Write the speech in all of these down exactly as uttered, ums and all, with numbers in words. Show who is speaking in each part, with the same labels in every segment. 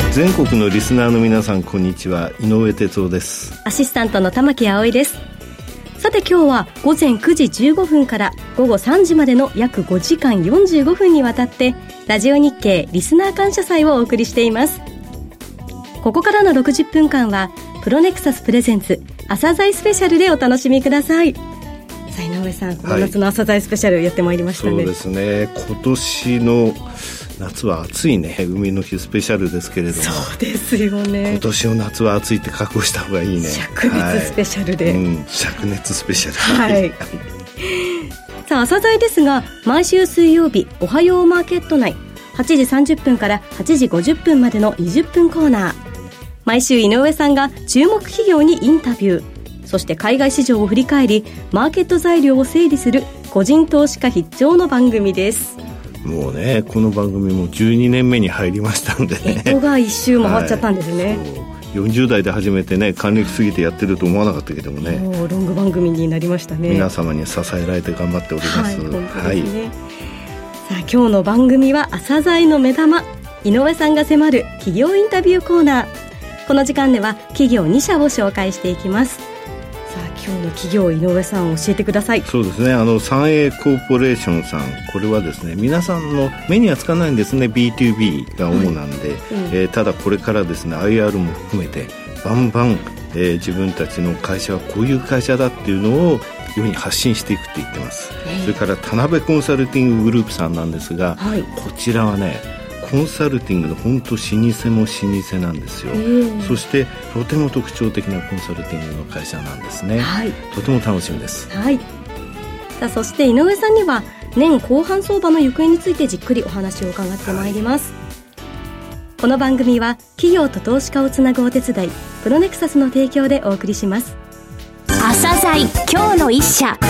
Speaker 1: 全国のリスナーの皆さん、こんにちは。井上哲夫です。
Speaker 2: アシスタントの玉木葵です。さて今日は午前くじじゅうごふんから午後さんじまでの約ごじかんよんじゅうごふんにわたってラジオ日経リスナー感謝祭をお送りしています。ここからのろくじゅっぷんかんはプロネクサスプレゼンツ朝鮮スペシャルでお楽しみください。さあ井上さん、この夏の朝鮮スペシャルやってまいりましたね。
Speaker 1: そうですね、今年の夏は暑いね。海の日スペシャルですけれども、
Speaker 2: そうですよね、
Speaker 1: 今年の夏は暑いって覚悟した方がいいね。
Speaker 2: 灼熱スペシャルで、はい、うん、
Speaker 1: 灼熱スペシャル、
Speaker 2: はい、さあ朝鮮ですが、毎週水曜日おはようマーケット内はちじさんじゅっぷんからはちじごじゅっぷんまでのにじゅっぷんコーナー、毎週井上さんが注目企業にインタビュー、そして海外市場を振り返りマーケット材料を整理する個人投資家必聴の番組です。
Speaker 1: もうね、この番組もじゅうにねんめに入りましたんでね、
Speaker 2: 干支が一周回っちゃったんですね、はい、
Speaker 1: よんじゅう代で初めてね、還暦過ぎてやってると思わなかったけどもね、
Speaker 2: もうロング番組になりましたね。
Speaker 1: 皆様に支えられて頑張っております、はい、本当ですね、はい、さ
Speaker 2: あ今日の番組は朝鮮の目玉、井上さんが迫る企業インタビューコーナー。この時間では企業に社を紹介していきます。今日の企業、井上さん教えてください。
Speaker 1: そうですね、あのサンエーコーポレーションさん、これはですね、皆さんの目にはつかないんですね。 ビーツービー が主なんで、はい、うん、えー、ただこれからですね アイアール も含めてバンバン、えー、自分たちの会社はこういう会社だっていうのを世に発信していくって言ってます、えー、それから田辺コンサルティンググループさんなんですが、はい、こちらはねコンサルティングの本当老舗も老舗なんですよ、えー、そしてとても特徴的なコンサルティングの会社なんですね、はい、とても楽しみです、
Speaker 2: はい、さあそして井上さんには年後半相場の行方についてじっくりお話を伺ってまいります、はい、この番組は企業と投資家をつなぐお手伝いプロネクサスの提供でお送りします。
Speaker 3: 朝鮮今日の一社、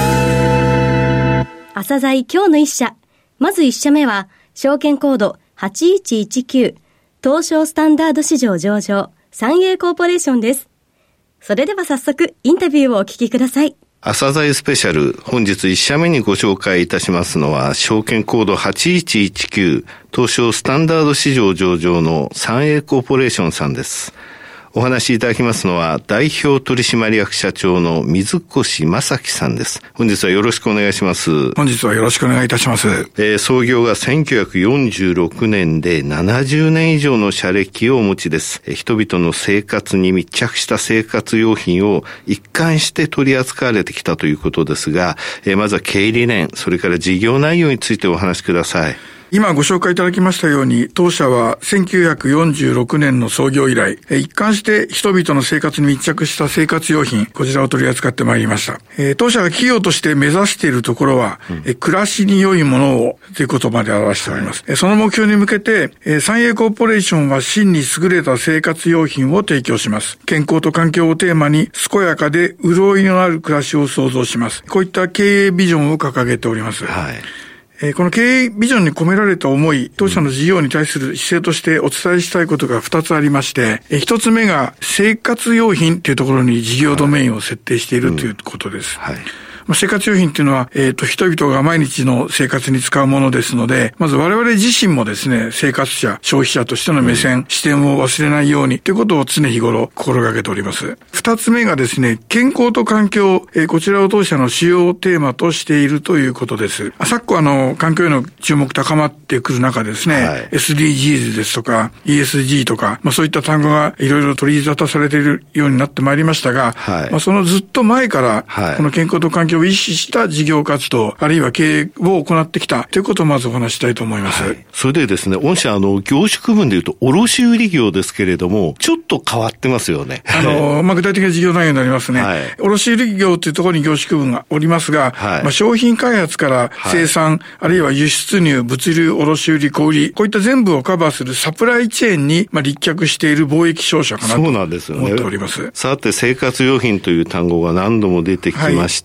Speaker 2: 朝鮮今日の一社、まず一社目は証券コードはちいちいちきゅう東証スタンダード市場上場サンエーコーポレーションです。それでは早速インタビューをお聞きください。
Speaker 1: 朝鮮スペシャル、本日いち社目にご紹介いたしますのは証券コードはちいちいちきゅう東証スタンダード市場上場のサンエーコーポレーションさんです。お話しいただきますのは代表取締役社長の水越正樹さんです。本日はよろしくお願いします。
Speaker 4: 本日はよろしくお願いいたします。
Speaker 1: えー、創業がせんきゅうひゃくよんじゅうろくねんでななじゅうねん以上の社歴をお持ちです。えー、人々の生活に密着した生活用品を一貫して取り扱われてきたということですが、えー、まずは経営理念、それから事業内容についてお話しください。
Speaker 4: 今ご紹介いただきましたように、当社はせんきゅうひゃくよんじゅうろくねんの創業以来、一貫して人々の生活に密着した生活用品、こちらを取り扱ってまいりました。えー、当社が企業として目指しているところは、うん、暮らしに良いものをという言葉で表しております。はい、その目標に向けて、サンエーコーポレーションは真に優れた生活用品を提供します。健康と環境をテーマに、健やかで潤いのある暮らしを創造します。こういった経営ビジョンを掲げております。はい、この経営ビジョンに込められた思い、当社の事業に対する姿勢としてお伝えしたいことがふたつありまして、一つ目が生活用品というところに事業ドメインを設定しているということです。はい、はい、生活用品っていうのは、えっと、人々が毎日の生活に使うものですので、まず我々自身もですね、生活者、消費者としての目線、うん、視点を忘れないようにということを常日頃心がけております。二つ目がですね、健康と環境、えー、こちらを当社の主要テーマとしているということです。昨今あの、環境への注目高まってくる中ですね、はい、エスディージーズ ですとか、イーエスジー とか、まあそういった単語がいろいろ取り沙汰されているようになってまいりましたが、はい、まあそのずっと前から、はい、この健康と環境を意識した事業活動、あるいは経営を行ってきたということをまずお話したいと思います。はい、
Speaker 1: それでですね、御社あの業種区分でいうと卸売業ですけれども、ちょっと変わってますよね。
Speaker 4: あのまあ具体的な事業内容になりますね。はい、卸売業というところに業種区分がおりますが、はい、まあ商品開発から生産、はい、あるいは輸出入、物流、卸売、小売、こういった全部をカバーするサプライチェーンにまあ立脚している貿易商社かなと思っております。
Speaker 1: そうなんですよね。さて生活用品という単語が何度も出てきました。はい、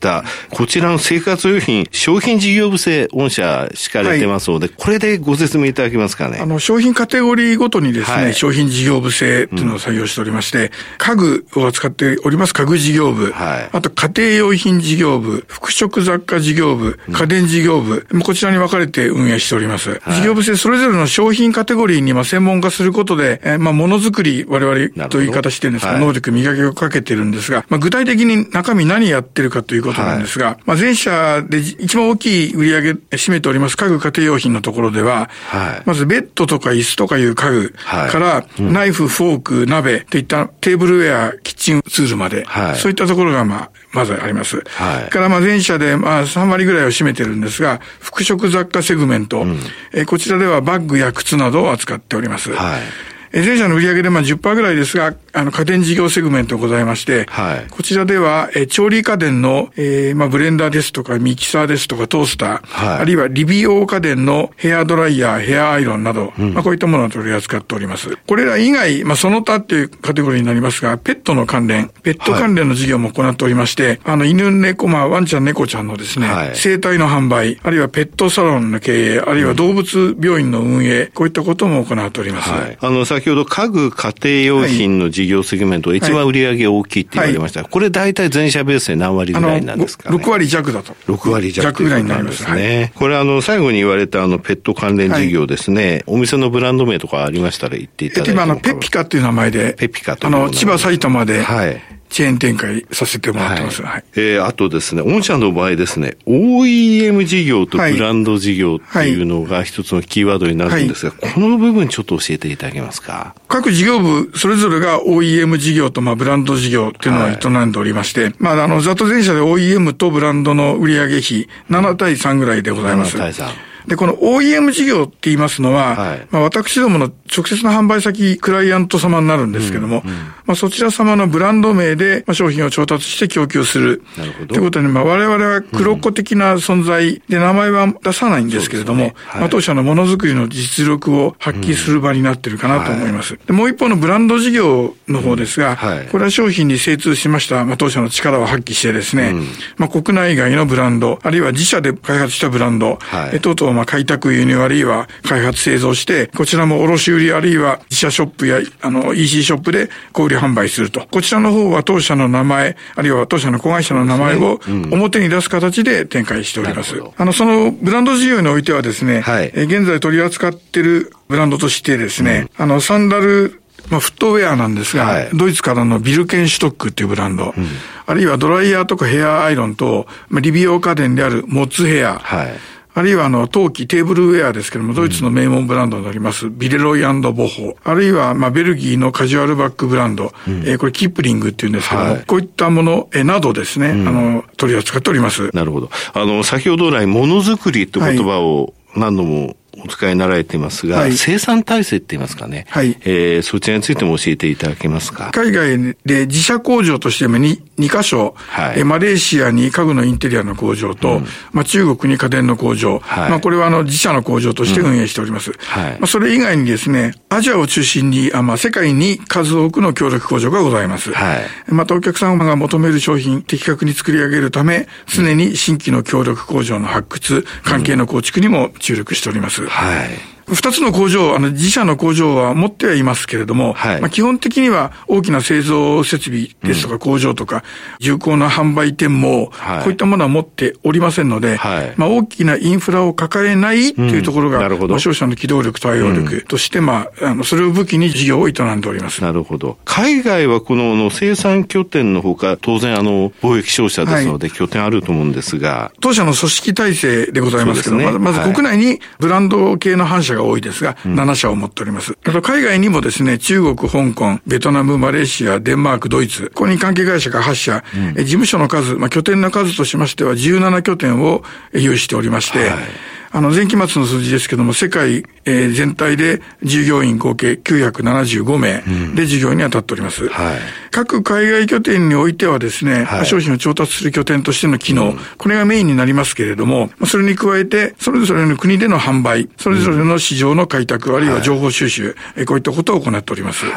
Speaker 1: こちらの生活用品、商品事業部制、御社敷かれてますので、はい、これでご説明いただけますかね。
Speaker 4: あの、商品カテゴリーごとにですね、はい、商品事業部制というのを採用しておりまして、うん、家具を扱っております家具事業部、はい、あと家庭用品事業部、服飾雑貨事業部、家電事業部、うん、こちらに分かれて運営しております。はい、事業部制それぞれの商品カテゴリーにま専門化することで、えー、まあ、ものづくり、我々という言い方してるんですが、はい、能力磨きをかけてるんですが、まあ、具体的に中身何やってるかということなんですが、はい、まあ、全社で一番大きい売り上げ占めております家具家庭用品のところでは、はい、まずベッドとか椅子とかいう家具から、はい、うん、ナイフ、フォーク、鍋といったテーブルウェア、キッチンツールまで、はい、そういったところがまあ、まずあります。はい、からまあ全社でまあさん割ぐらいを占めてるんですが、服飾雑貨セグメント、うん、えこちらではバッグや靴などを扱っております。はい、全社の売上でまあ じゅっパーセント ぐらいですが、あの家電事業セグメントございまして、はい、こちらではえ調理家電の、えー、まあブレンダーですとかミキサーですとかトースター、はい、あるいは理美容家電のヘアドライヤー、ヘアアイロンなど、うん、まあこういったものを取り扱っております。これら以外、まあその他っていうカテゴリーになりますが、ペットの関連、ペット関連の事業も行っておりまして、はい、あの犬猫、まあワンちゃん猫ちゃんのですね、はい、生態の販売、あるいはペットサロンの経営、あるいは動物病院の運営、こういったことも行っております。はい、
Speaker 1: あの先ほど家具家庭用品の事業セグメントが一番売り上げ大きいって言われました。はい、これ大体全社ベースで何割ぐらいなんですかね。
Speaker 4: ろく割弱だと。
Speaker 1: ろく割弱。
Speaker 4: 弱ぐらいになりますね。
Speaker 1: はい、これあの最後に言われたあのペット関連事業ですね。はい、お店のブランド名とかありましたら言っていただいても。
Speaker 4: 今あのペピカっていう名前で。
Speaker 1: ペピカという
Speaker 4: あの千葉埼玉で。はい。チェーン展開させてもらってます。はい。はい、
Speaker 1: えー、あとですね、御社の場合ですね、オーイーエム 事業とブランド事業っていうのが一つのキーワードになるんですが、はいはい、この部分ちょっと教えていただけますか。
Speaker 4: 各事業部、それぞれが オーイーエム 事業とまあブランド事業っていうのを営んでおりまして、はい、まああの、ざっと全社で オーイーエム とブランドの売上比なな対さんぐらいでございます。なな対さん。で、この オーイーエム 事業って言いますのは、はい、まあ私どもの直接の販売先、クライアント様になるんですけども、うんうん、まあそちら様のブランド名で、まあ、商品を調達して供給する。なるほど。ということで、まあ我々は黒子的な存在で名前は出さないんですけれども、うんねはい、まあ当社のものづくりの実力を発揮する場になっているかなと思います。うんはい、でもう一方のブランド事業の方ですが、うんはい、これは商品に精通しました、まあ当社の力を発揮してですね、うん、まあ国内外のブランド、あるいは自社で開発したブランド、はい、等々をまあ開拓輸入あるいは開発製造して、こちらも卸売あるいは自社ショップやあの イーシー ショップで小売販売すると。こちらの方は当社の名前、あるいは当社の子会社の名前を表に出す形で展開しております。うん、あの、そのブランド事業においてはですね、はい、え現在取り扱っているブランドとしてですね、うん、あの、サンダル、まあ、フットウェアなんですが、はい、ドイツからのビルケンシュトックっていうブランド、うん、あるいはドライヤーとかヘアアイロンと、まあ、理美容家電であるモッツヘア、はいあるいはあの、陶器テーブルウェアですけども、ドイツの名門ブランドになります、うん、ビレロイ&ボホ。あるいは、まあ、ベルギーのカジュアルバッグブランド、うん、えー、これキープリングっていうんですけども、はい、こういったもの、えなどですね、うん、あの、取り扱っております。
Speaker 1: なるほど。あの、先ほど来、ものづくりって言葉を何度も、はいお使いになられていますが、はい、生産体制って言いますかね。はい。えー、そちらについても教えていただけますか。
Speaker 4: 海外で自社工場としても 2, 2カ所、はい、マレーシアに家具のインテリアの工場と、うん、まあ中国に家電の工場、はい、まあこれはあの自社の工場として運営しております。うん、はい。まあそれ以外にですね、アジアを中心に、あまあ世界に数多くの協力工場がございます。はい。またお客様が求める商品的確に作り上げるため、常に新規の協力工場の発掘、関係の構築にも注力しております。うん、はい。二つの工場、あの、自社の工場は持ってはいますけれども、はい、まあ、基本的には大きな製造設備ですとか工場とか、重厚な販売店も、はい、こういったものは持っておりませんので、はい、まあ、大きなインフラを抱えないというところが、うん、なるほど。商社の機動力、対応力として、まあ、あの、それを武器に事業を営んでおります。
Speaker 1: なるほど。海外はこの、の生産拠点のほか、当然あの、貿易商社ですので、拠点あると思うんですが、
Speaker 4: 当社の組織体制でございますけど、ね、まず、まず国内にブランド系の反社が多いですが、うん、なな社を持っております。あと海外にもですね、中国、香港、ベトナム、マレーシア、デンマーク、ドイツ、ここに関係会社がはち社、うん、え事務所の数、まあ、拠点の数としましてはじゅうなな拠点を有しておりまして、はい、あの、前期末の数字ですけども、世界、えー、全体で従業員合計きゅうひゃくななじゅうごめいで事業に当たっております。うんはい、各海外拠点においてはですね、はい、商品を調達する拠点としての機能、うん、これがメインになりますけれども、それに加えて、それぞれの国での販売、それぞれの市場の開拓、あるいは情報収集、はい、こういったことを行っております。はい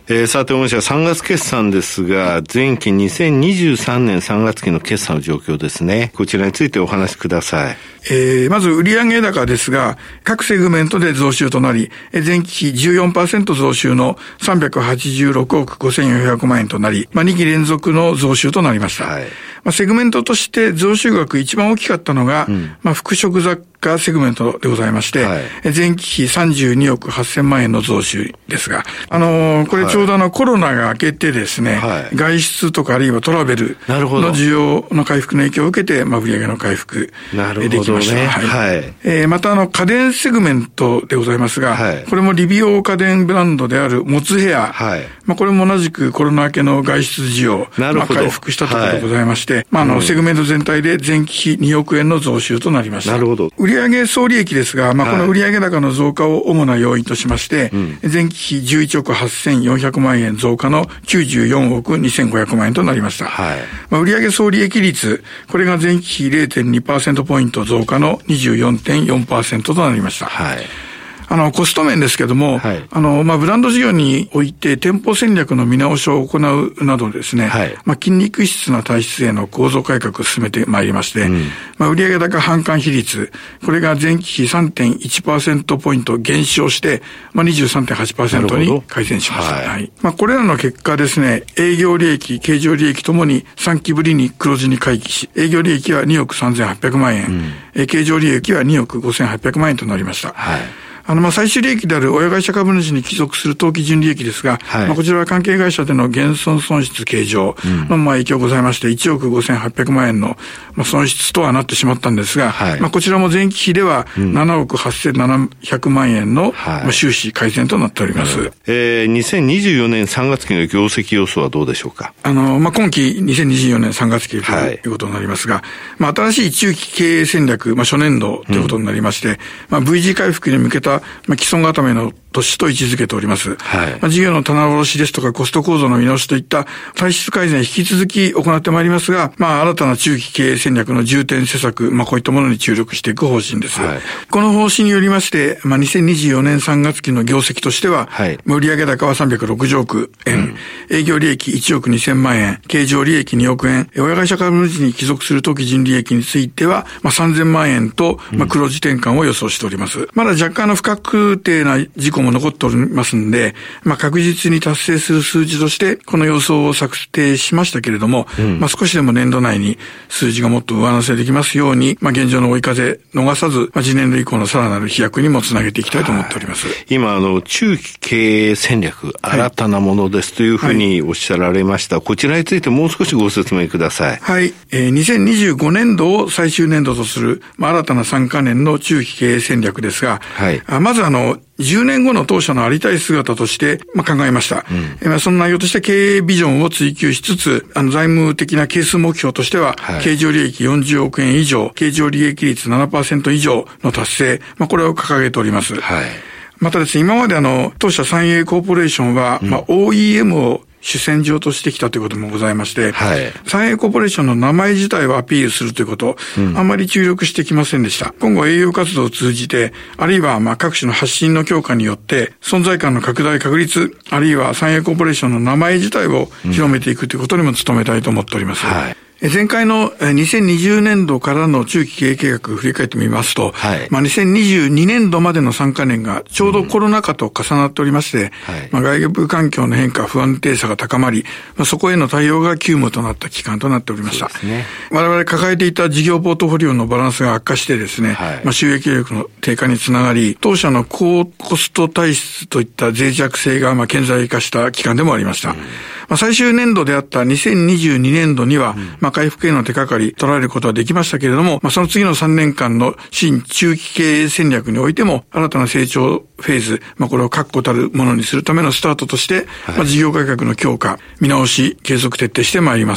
Speaker 1: えー、さて、御社さんがつ決算ですが、前期にせんにじゅうさんねんさんがつ期の決算の状況ですね。こちらについてお話しください。
Speaker 4: えー、まず売上高ですが、各セグメントで増収となり、前期比 じゅうよんパーセント 増収のさんびゃくはちじゅうろくおくごせんよんひゃくまんえんとなり、まあ、にき連続の増収となりました。はい、まあ、セグメントとして増収額一番大きかったのが、うん、まあ、服飾雑貨セグメントでございまして、はい、前期比さんじゅうにおくはっせんまんえんの増収ですが、あのー、これちょうどあのコロナが明けてですね、はい、外出とかあるいはトラベルの需要の回復の影響を受けて、まあ、売上の回復できました。ね、はいはい、えー、またあの家電セグメントでございますが、はい、これも理美容家電ブランドであるモツヘア、はい、まあ、これも同じくコロナ明けの外出需要、まあ、回復したところでございまして、はい、まあ、あの、うん、セグメント全体で前期比におくえんの増収となりました。
Speaker 1: なるほど。
Speaker 4: 売上総利益ですが、まあ、この売上高の増加を主な要因としまして、はい、前期比じゅういちおくはっせんよんひゃくまんえん増加のきゅうじゅうよんおくにせんごひゃくまんえんとなりました。はい、まあ、売上総利益率、これが前期比 れいてんにパーセント ポイント増加の にじゅうよんてんよんパーセント となりました。はい、あの、コスト面ですけども、はい、あの、まあ、ブランド事業において店舗戦略の見直しを行うなどですね、はい、まあ、筋肉質な体質への構造改革を進めてまいりまして、うん、まあ、売上高販管比率、これが前期比 さんてんいちパーセント ポイント減少して、まあ、にじゅうさんてんはちパーセント に改善しました。はいはい、まあ、これらの結果ですね、営業利益、経常利益ともにさんきぶりに黒字に回帰し、営業利益はにおくさんぜんはっぴゃくまんえん、うん、経常利益はにおくごせんはっぴゃくまんえんとなりました。はい、あの、ま、最終利益である親会社株主に帰属する当期純利益ですが、はい、まあ、こちらは関係会社での減損損失計上の、まあ、影響ございまして、いちおくごせんはっぴゃくまんえんの、まあ、損失とはなってしまったんですが、はい、まあ、こちらも前期比ではななおくはっせんななひゃくまんえんの、はい、まあ、収支改善となっております。
Speaker 1: えー、にせんにじゅうよねんさんがつ期の業績予想はどうでしょうか。
Speaker 4: あの、まあ、今期にせんにじゅうよねんさんがつ期ということになりますが、はい、まあ、新しい中期経営戦略、まあ、初年度ということになりまして、うん、まあ、ブイ 字回復に向けた、まあ、既存がための年と位置づけております。はい、まあ、事業の棚卸しですとかコスト構造の見直しといった体質改善引き続き行ってまいりますが、まあ、新たな中期経営戦略の重点施策、まあ、こういったものに注力していく方針です。はい、この方針によりまして、まあ、にせんにじゅうよねんさんがつ期の業績としては、はい、売上高はさんびゃくろくじゅうおくえん、うん、営業利益いちおくにせんまんえん、経常利益におくえん、親会社株主に帰属する当期純利益については、まあ、さんぜんまんえんと、まあ、黒字転換を予想しております。うん、まだ若干の不確定な事項も残っておりますんで、まあ、確実に達成する数字としてこの予想を策定しましたけれども、うん、まあ、少しでも年度内に数字がもっと上乗せできますように、まあ、現状の追い風逃さず、まあ、次年度以降のさらなる飛躍にもつなげていきたいと思っております。
Speaker 1: 今あの中期経営戦略新たなものですというふうにおっしゃられました。はい、こちらについてもう少しご説明ください。
Speaker 4: はい、えー、にせんにじゅうごねんどを最終年度とする、まあ、新たなさんかねんの中期経営戦略ですが、はい、あまずあのじゅうねんごの当社のありたい姿として、まあ、考えました。うん、その内容として経営ビジョンを追求しつつ、あの財務的な係数目標としては、はい、経常利益よんじゅうおくえん以上、経常利益率 ななパーセント 以上の達成、まあ、これを掲げております。はい、またですね、今まであの当社サンエーコーポレーションは、うん、まあ、オーイーエム を主戦場としてきたということもございまして、はい、サンエーコーポレーションの名前自体をアピールするということを、うん、あまり注力してきませんでした。今後営業活動を通じて、あるいはまあ各種の発信の強化によって、存在感の拡大確立、あるいはサンエーコーポレーションの名前自体を広めていくということにも努めたいと思っております。うん、はい、前回のにせんにじゅうねんどからの中期経営計画を振り返ってみますと、はい、まあ、にせんにじゅうにねんどまでのさんかねんがちょうどコロナ禍と重なっておりまして、うん、はい、まあ、外部環境の変化、不安定さが高まり、まあ、そこへの対応が急務となった期間となっておりました。そうですね、我々抱えていた事業ポートフォリオのバランスが悪化してですね、はい、まあ、収益力の低下につながり、当社の高コスト体質といった脆弱性がまあ顕在化した期間でもありました。うん、まあ、最終年度であったにせんにじゅうにねんどには、うん、まあ、回復への手掛かり取られることはできましたけれども、まあ、その次のさんねんかんの新中期経営戦略においても新たな成長フェーズ、まあ、これを確固たるものにするためのスタートとして、はい、まあ、事業改革の強化、見直し、継続徹底してまいります。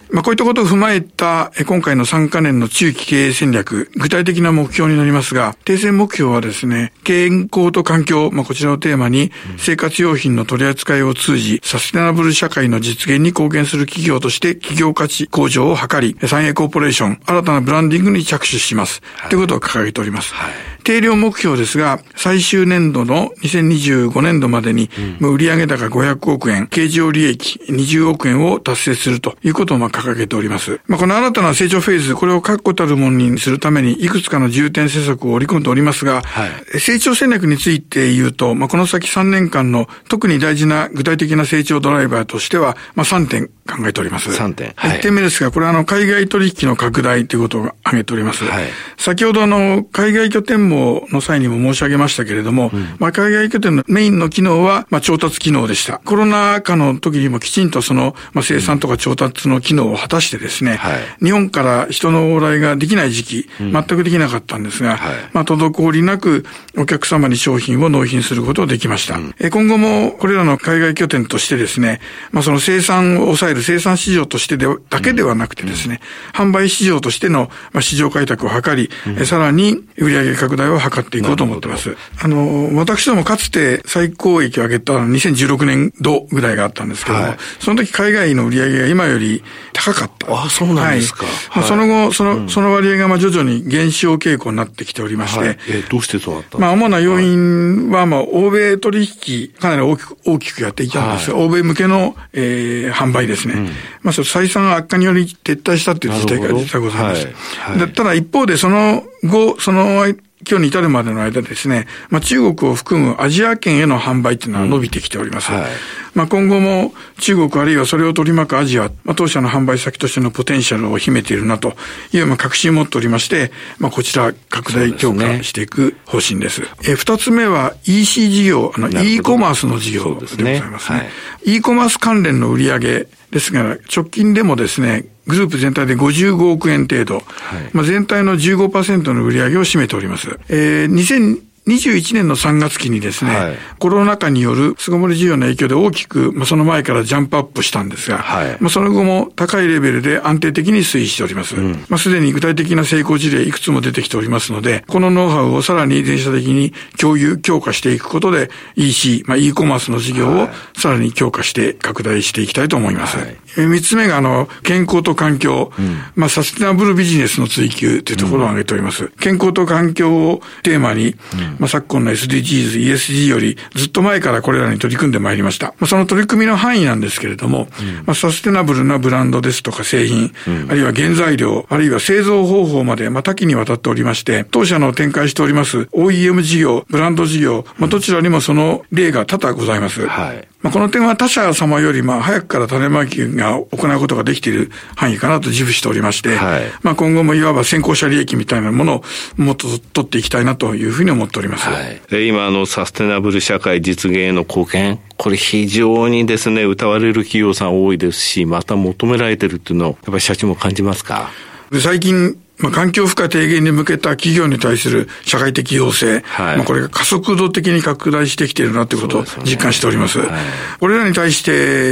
Speaker 4: まあ、こういったことを踏まえた今回のさんかねんの中期経営戦略、具体的な目標になりますが、定選目標はですね、健康と環境、まあ、こちらをテーマに、生活用品の取り扱いを通じ、サステナブル社会の実現に貢献する企業として企業価値向上を図り、サンエイコーポレーション、新たなブランディングに着手します。はい、ということを掲げております。はい、定量目標ですが、最終年度のにせんにじゅうごねんどまでに、うん、売上高ごひゃくおくえん、経常利益にじゅうおくえんを達成するということをまあ掲げております。まあ、この新たな成長フェーズ、これを確固たるものにするために、いくつかの重点施策を織り込んでおりますが、はい、成長戦略について言うと、まあ、この先さんねんかんの特に大事な具体的な成長ドライバーとしては、まあ、さんてん考えております。
Speaker 1: さんてん。はい、
Speaker 4: いってんめですが、これはあの、海外取引の拡大ということを挙げております。はい、先ほどあの、海外拠点網の際にも申し上げましたけれども、うん、まあ、海外拠点のメインの機能は、まあ、調達機能でした。コロナ禍の時にもきちんとその、まあ、生産とか調達の機能を果たしてですね、はい、日本から人の往来ができない時期、うん、全くできなかったんですが、はい、まあ、滞りなくお客様に商品を納品することができました。うん、え今後もこれらの海外拠点としてですね、まあ、その生産を抑える生産市場としてでだけではなくてですね、うん、販売市場としての市場開拓を図り、うん、さらに売上拡大を図っていこうと思っています。あの、私どもかつて最高益を上げたにせんじゅうろくねんどぐらいがあったんですけども、はい、その時海外の売上が今より高かった。
Speaker 1: ああ、そうなんですか。
Speaker 4: はい、その後、その、うん、その割合がまあ徐々に減少傾向になってきておりまして、はい、
Speaker 1: えー、どうしてそうだったんですか。
Speaker 4: まあ、主な要因は、まあ、欧米取引、かなり大きく、大きくやっていたんですが、はい、欧米向けの、えー、販売ですね。うん、まあ、それ採算悪化により撤退したという事態が実はございます。はいはい、ただ一方で、その後、その、今日に至るまでの間ですね、まあ、中国を含むアジア圏への販売というのは伸びてきております。うん、はい、まあ、今後も中国あるいはそれを取り巻くアジア、まあ、当社の販売先としてのポテンシャルを秘めているなという、まあ、確信を持っておりまして、まあ、こちら拡大強化していく方針です。ですね、え、二つ目は イーシー 事業、あの、e コマースの事業でございますね。はい、e コマース関連の売上ですが、直近でもですね、グループ全体でごじゅうごおくえん程度、はい、まあ、全体の じゅうごパーセント の売り上げを占めております。えー、にせんにじゅういちねんのさんがつ期にですね、はい、コロナ禍による巣ごもり需要の影響で大きく、まあ、その前からジャンプアップしたんですが、はい、まあ、その後も高いレベルで安定的に推移しております。うん、まあ、すでに具体的な成功事例いくつも出てきておりますので、このノウハウをさらに全社的に共有、強化していくことで イーシー、まあ、e コマースの事業をさらに強化して拡大していきたいと思います。はい、え三つ目があの、健康と環境、うん、まあ、サステナブルビジネスの追求というところを挙げております。うん、健康と環境をテーマに、うん、まあ、昨今の エスディージーズ、イーエスジー よりずっと前からこれらに取り組んでまいりました。まあ、その取り組みの範囲なんですけれども、うん、まあ、サステナブルなブランドですとか製品、うん、あるいは原材料、あるいは製造方法まで、まあ、多岐にわたっておりまして、当社の展開しております オーイーエム 事業、ブランド事業、まあ、どちらにもその例が多々ございます。はい、まあ、この点は他社様よりまあ早くから種まきが行うことができている範囲かなと自負しておりまして、はい、まあ、今後もいわば先行者利益みたいなものをもっと取っていきたいなというふうに思っております。
Speaker 1: はい、で今あのサステナブル社会実現への貢献、これ非常にですね謳われる企業さん多いですし、また求められてるっていうのをやっぱり社長も感じますか？
Speaker 4: で最近まあ、環境負荷低減に向けた企業に対する社会的要請、はい、まあ、これが加速度的に拡大してきているなということを実感しております。そうですね。はい、これらに対して、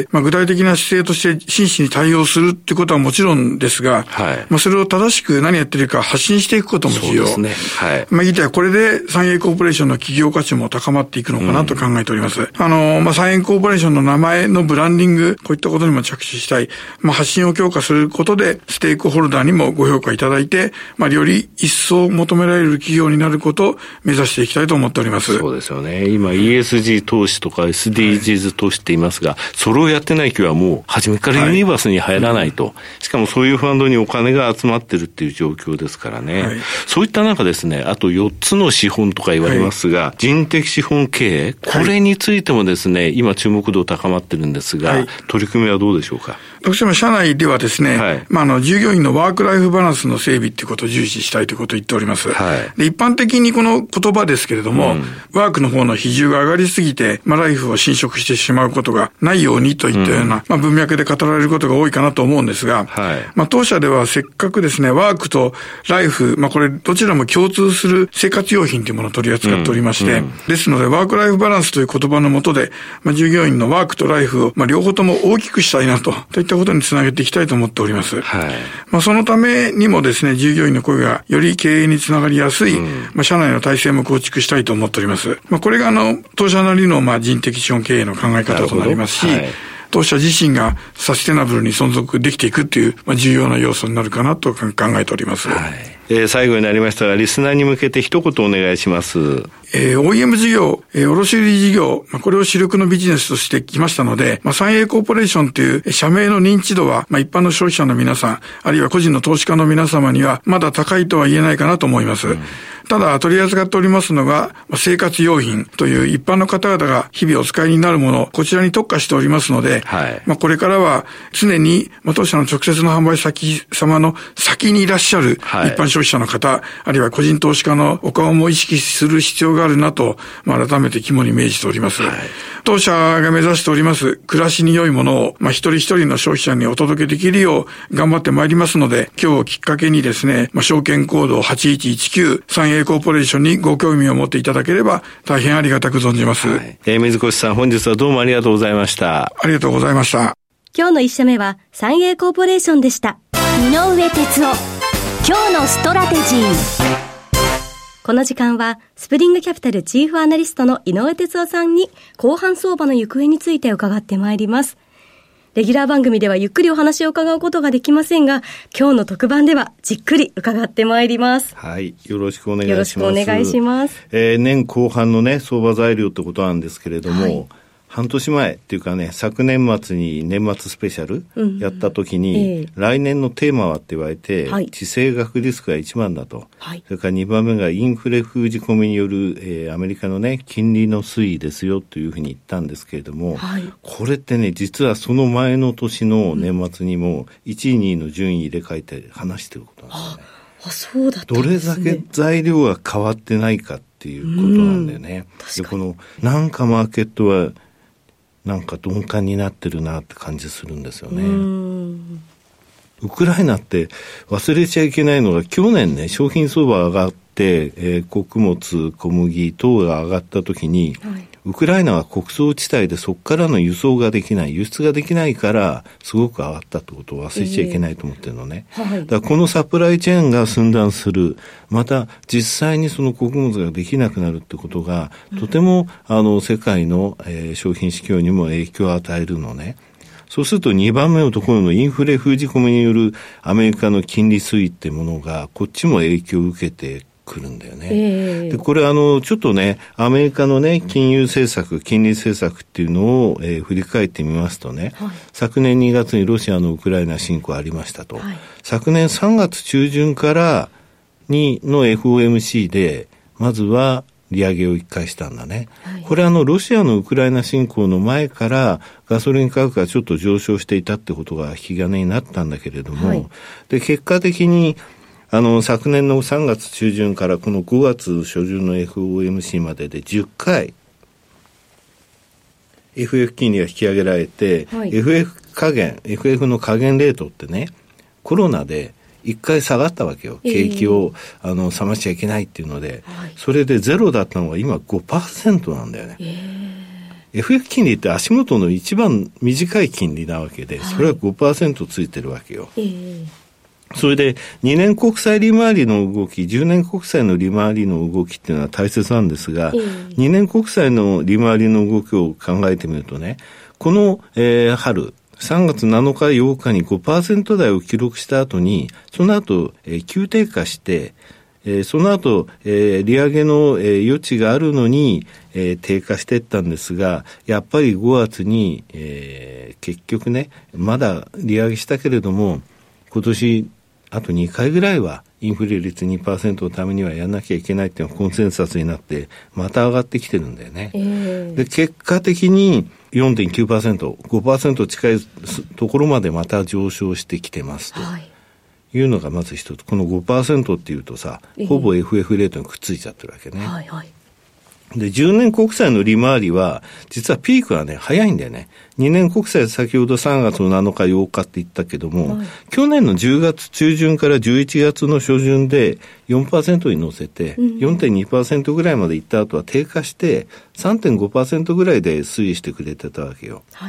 Speaker 4: まあ、具体的な姿勢として真摯に対応するっていうことはもちろんですが、はい、まあ、それを正しく何やってるか発信していくことも重要。そうですね。はい。まあ、言いたいはこれでサンエイコーポレーションの企業価値も高まっていくのかなと考えております。うん、あの、まあ、サンエイコーポレーションの名前のブランディング、こういったことにも着手したい。まあ、発信を強化することで、ステークホルダーにもご評価いただいて、まあ、より一層求められる企業になることを目指していきたいと思っております。
Speaker 1: そうですよね。今 イーエスジー 投資とか エスディージーズ 投資って言いますが、はい、それをやってない企業はもう初めからユニバースに入らないと、はい、しかもそういうファンドにお金が集まってるっていう状況ですからね、はい、そういった中ですね、あとよっつの資本とか言われますが、はい、人的資本経営、これについてもですね、今注目度高まってるんですが、はい、取り組みはどうでしょうか？
Speaker 4: 私も社内ではですね、はい、まあ、あの従業員のワークライフバランスの整備っていうことを重視したいということを言っております。はい、で一般的にこの言葉ですけれども、うん、ワークの方の比重が上がりすぎて、まあ、ライフを侵食してしまうことがないようにといったような、うん、まあ、文脈で語られることが多いかなと思うんですが、はい、まあ、当社ではせっかくですね、ワークとライフ、まあ、これどちらも共通する生活用品というものを取り扱っておりまして、うんうん、ですのでワークライフバランスという言葉の下で、まあ、従業員のワークとライフを、まあ、両方とも大きくしたいなと、といったしたことにつなげていきたいと思っております。
Speaker 1: はい。
Speaker 4: まあ、そのためにもですね、従業員の声がより経営につながりやすい、うん、まあ、社内の体制も構築したいと思っております。まあ、これがあの、当社なりのまあ人的資本経営の考え方となりますし、当社自身がサステナブルに存続できていくっていう、まあ、重要な要素になるかなと考えております。
Speaker 1: はい。えー、最後になりましたが、リスナーに向けて一言お願いします。
Speaker 4: えー、オーイーエム 事業、えー、卸売事業、まあ、これを主力のビジネスとしてきましたので、まあ、サンエーコーポレーションという社名の認知度は、まあ、一般の消費者の皆さん、あるいは個人の投資家の皆様には、まだ高いとは言えないかなと思います。うん、ただ、取り扱っておりますのが、生活用品という一般の方々が日々お使いになるもの、こちらに特化しておりますので、はい、まあ、これからは常に、まあ、当社の直接の販売先様の先にいらっしゃる一般消費者の方、はい、あるいは個人投資家のお顔も意識する必要があるなと、まあ、改めて肝に銘じております。はい、当社が目指しております暮らしに良いものを、まあ、一人一人の消費者にお届けできるよう頑張ってまいりますので、今日をきっかけにですね、まあ、証券コードはちいちいちきゅう、サンエーコーポレーションにご興味を持っていただければ大変ありがたく存じます。はい、
Speaker 1: えー、水越さん、本日はどうもありがとうございました。
Speaker 4: ありがとうございました。
Speaker 2: 今日の一社目はサンエーコーポレーションでした。
Speaker 3: 井上哲夫、今日のストラテジー。
Speaker 2: この時間はスプリングキャピタルチーフアナリストの井上哲夫さんに後半相場の行方について伺ってまいります。レギュラー番組ではゆっくりお話を伺うことができませんが、今日の特番ではじっくり伺ってまいります。
Speaker 1: はい、よろしくお願いします。
Speaker 2: よろしくお願いします。
Speaker 1: えー、年後半のね、相場材料ってことなんですけれども、はい、半年前っていうかね、昨年末に年末スペシャルやった時に、うんえー、来年のテーマはって言われて、はい、地政学リスクがいちばんだと、はい、それからにばんめがインフレ封じ込めによる、えー、アメリカのね金利の推移ですよというふうに言ったんですけれども、はい、これってね、実はその前の年の年末にもいちいにいの順位入れ替えて話してることなんですよね。
Speaker 2: ああ、そうだったんですね。
Speaker 1: どれだけ材料が変わってないかっていうことなんだよね。で、このなんかマーケットはなんか鈍感になってるなって感じするんですよね。うーん、ウクライナって忘れちゃいけないのが、去年ね、商品相場上がって、えー、穀物、小麦等が上がった時に、はい、ウクライナは穀倉地帯でそこからの輸送ができない、輸出ができないからすごく上がったってことを忘れちゃいけないと思ってるのね。えーはい、だからこのサプライチェーンが寸断する、また実際にその穀物ができなくなるってことが、とても、うん、あの世界の、えー、商品市況にも影響を与えるのね。そうするとにばんめのところのインフレ封じ込めによるアメリカの金利推移ってものがこっちも影響を受けてくるんだよね。えー、でこれあのちょっとね、アメリカのね金融政策、金利政策っていうのを、えー、振り返ってみますとね、はい、昨年にがつにロシアのウクライナ侵攻ありましたと、はい、昨年さんがつ中旬からにの エフオーエムシー でまずは利上げを一回したんだね。はい、これあのロシアのウクライナ侵攻の前からガソリン価格がちょっと上昇していたってことが引き金になったんだけれども、はい、で結果的にあの昨年のさんがつ中旬からこのごがつ初旬の エフオーエムシー まででじゅっかい エフエフ 金利が引き上げられて、はい、エフエフ 加減 エフエフ の加減レートってね、コロナで一回下がったわけよ。景気を、えー、あの冷ましちゃいけないっていうので、はい、それでゼロだったのが今 ごパーセント なんだよね。えー、エフエフ 金利って足元の一番短い金利なわけで、それは ごパーセント ついてるわけよ。えーそれでにねん国債利回りの動き、じゅうねん国債の利回りの動きっていうのは大切なんですが、えー、にねん国債の利回りの動きを考えてみるとね、この、えー、春さんがつなのかようかに ごパーセント 台を記録した後に、その後、えー、急低下して、えー、その後、えー、利上げの、えー、余地があるのに、えー、低下していったんですが、やっぱりごがつに、えー、結局ね、まだ利上げしたけれども、今年あとにかいぐらいはインフレ率 にパーセント のためにはやんなきゃいけないっていうのがコンセンサスになってまた上がってきてるんだよね。えー、で結果的に よんてんきゅうパーセント、ごパーセント 近いところまでまた上昇してきてますと、はい、いうのがまず一つ。この ごパーセント っていうとさ、えー、ほぼ エフエフ レートにくっついちゃってるわけね。はいはい。で、じゅうねん国債の利回りは、実はピークはね、早いんだよね。にねん国債先ほどさんがつのなのかようかって言ったけども、はい、去年のじゅうがつ中旬からじゅういちがつの初旬で よんパーセント に乗せて、よんてんにパーセント ぐらいまでいった後は低下して、さんてんごパーセント ぐらいで推移してくれてたわけよ。はい、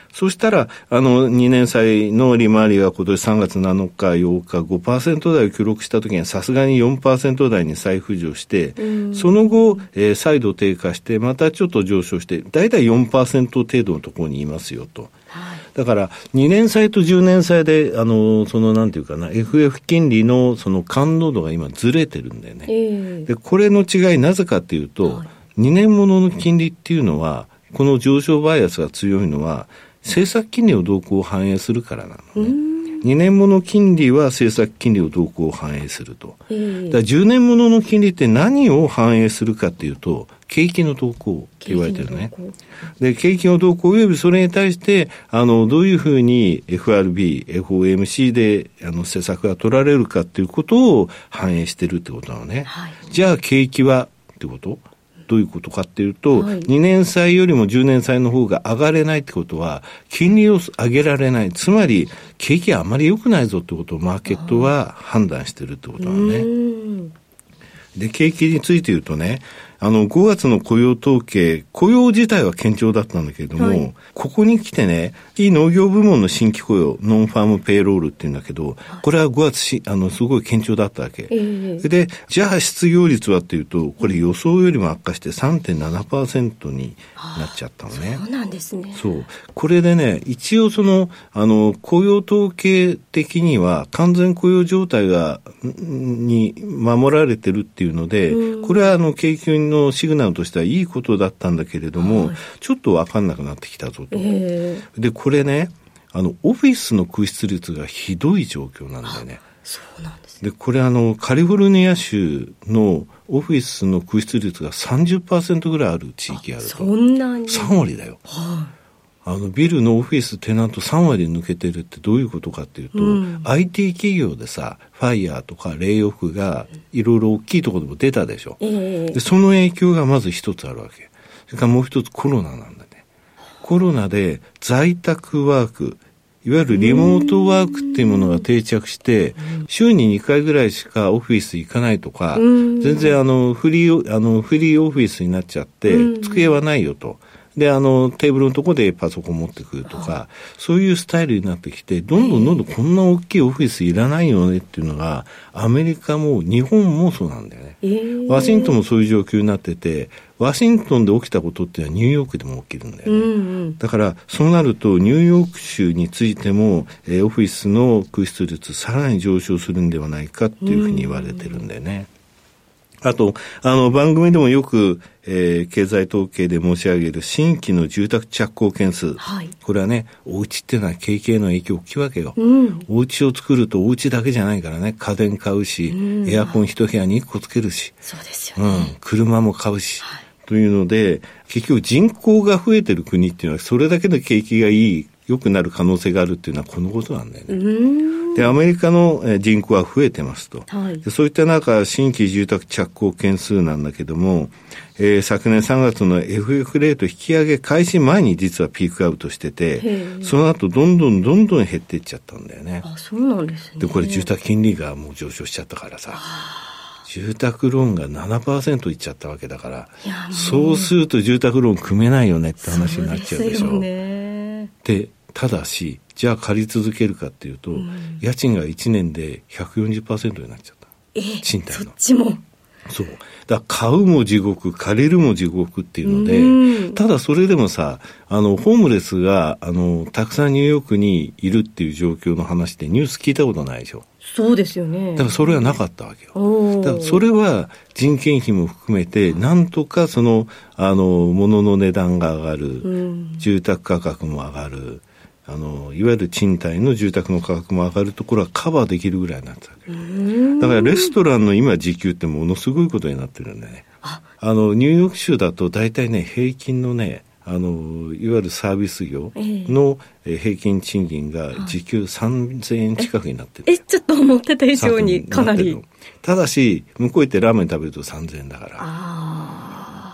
Speaker 1: そしたら、あの、にねん債の利回りが今年さんがつなのか、ようか、ごパーセント 台を記録したときには、さすがに よんパーセント 台に再浮上して、その後、えー、再度低下して、またちょっと上昇して、だいたい よんパーセント 程度のところにいますよと。はい、だから、にねん債とじゅうねん債で、あの、その、なんていうかな、エフエフ 金利の、その、感度度が今ずれてるんだよね。えー、で、これの違い、なぜかっていうと、はい、にねんものの金利っていうのは、この上昇バイアスが強いのは、政策金利を動向を反映するからなのね。にねんもの金利は政策金利を動向を反映すると。だからじゅうねんものの金利って何を反映するかっていうと、景気の動向って言われてるね。で、景気の動向およびそれに対して、あの、どういうふうに エフアールビー、エフオーエムシー で、あの、施策が取られるかっていうことを反映してるってことなのね。はい、じゃあ、景気はってことどういうことかっていうと、はい、にねん債よりもじゅうねん債の方が上がれないってことは、金利を上げられない。つまり、景気はあまり良くないぞってことをマーケットは判断してるってことなのね。で、景気について言うとね、あの、ごがつの雇用統計、雇用自体は堅調だったんだけれども、はい、ここに来てね、非農業部門の新規雇用、ノンファームペイロールっていうんだけど、これはごがつし、あの、すごい堅調だったわけ。えー、で、じゃあ失業率はっていうと、これ予想よりも悪化して さんてんななパーセント になっちゃったのね。
Speaker 2: そうなんですね。
Speaker 1: そう。これでね、一応その、あの、雇用統計的には完全雇用状態が、に守られてるっていうので、これはあの、景気のシグナルとしてはいいことだったんだけれども、はい、ちょっと分かんなくなってきたぞと。えー、で、これね、あの、オフィスの空室率がひどい状況なんだよね。
Speaker 2: そうなんです
Speaker 1: ね。で、これあの、カリフォルニア州のオフィスの空室率が さんじゅっパーセント ぐらいある地域あると。
Speaker 2: そんなに
Speaker 1: さんわりだよ。はい、あのビルのオフィステナントさんわり抜けてるってどういうことかっていうと、うん、アイティー 企業でさ、ファイヤーとかレイオフがいろいろ大きいところでも出たでしょ、えー、でその影響がまず一つあるわけ。それからもう一つコロナなんだね。コロナで在宅ワーク、いわゆるリモートワークっていうものが定着して、週ににかいぐらいしかオフィス行かないとか、全然あのフリー、あのフリーオフィスになっちゃって、机はないよと。で、あの、テーブルのとこでパソコン持ってくるとか、そういうスタイルになってきて、どんどんどんどんこんな大きいオフィスいらないよねっていうのが、アメリカも日本もそうなんだよね。えー、ワシントンもそういう状況になってて、ワシントンで起きたことっていうのはニューヨークでも起きるんだよね。うんうん、だから、そうなるとニューヨーク州についても、えー、オフィスの空室率さらに上昇するんではないかっていうふうに言われてるんだよね。あと、あの、番組でもよく、えー、経済統計で申し上げる新規の住宅着工件数。はい。これはね、お家っていうのは景気への影響大きいわけよ。うん。お家を作るとお家だけじゃないからね、家電買うし、うん、エアコン一部屋にいっこつけるし。
Speaker 2: そうですよね。うん。
Speaker 1: 車も買うし。はい。というので、結局人口が増えてる国っていうのは、それだけで景気がいい、良くなる可能性があるっていうのはこのことなんだよね。うんで、アメリカの人口は増えてますと。はい、でそういった中、新規住宅着工件数なんだけども、えー、昨年さんがつの エフエフ レート引き上げ開始前に実はピークアウトしてて、その後どんどんどんどん減っていっちゃったんだよね。
Speaker 2: あ、そうなんですね。
Speaker 1: で、これ住宅金利がもう上昇しちゃったからさ。住宅ローンが ななパーセント いっちゃったわけだから、そうすると住宅ローン組めないよねって話になっちゃうでしょ。そうですよね。で、ただし、じゃあ借り続けるかっていうと、うん、家賃がいちねんで ひゃくよんじゅっパーセント になっちゃった。
Speaker 2: え、
Speaker 1: 賃貸の。
Speaker 2: そっちも。
Speaker 1: そう。だから買うも地獄、借りるも地獄っていうので、うん、ただそれでもさ、あの、ホームレスが、あの、たくさんニューヨークにいるっていう状況の話でニュース聞いたことないでしょ。
Speaker 2: そうですよね。
Speaker 1: だからそれはなかったわけよ。だからそれは人件費も含めて、なんとかその、あの、物の値段が上がる、うん、住宅価格も上がる、あの、いわゆる賃貸の住宅の価格も上がるところはカバーできるぐらいになってたわけ。だからレストランの今時給ってものすごいことになってるんだよね。あ, あの、ニューヨーク州だと大体ね、平均のね、あの、いわゆるサービス業の平均賃金が時給さんぜんえん近くになってる。
Speaker 2: え、えちょっと思ってた以上にかなり。
Speaker 1: ただし、向こう行ってラーメン食べるとさんぜんえんだから。あ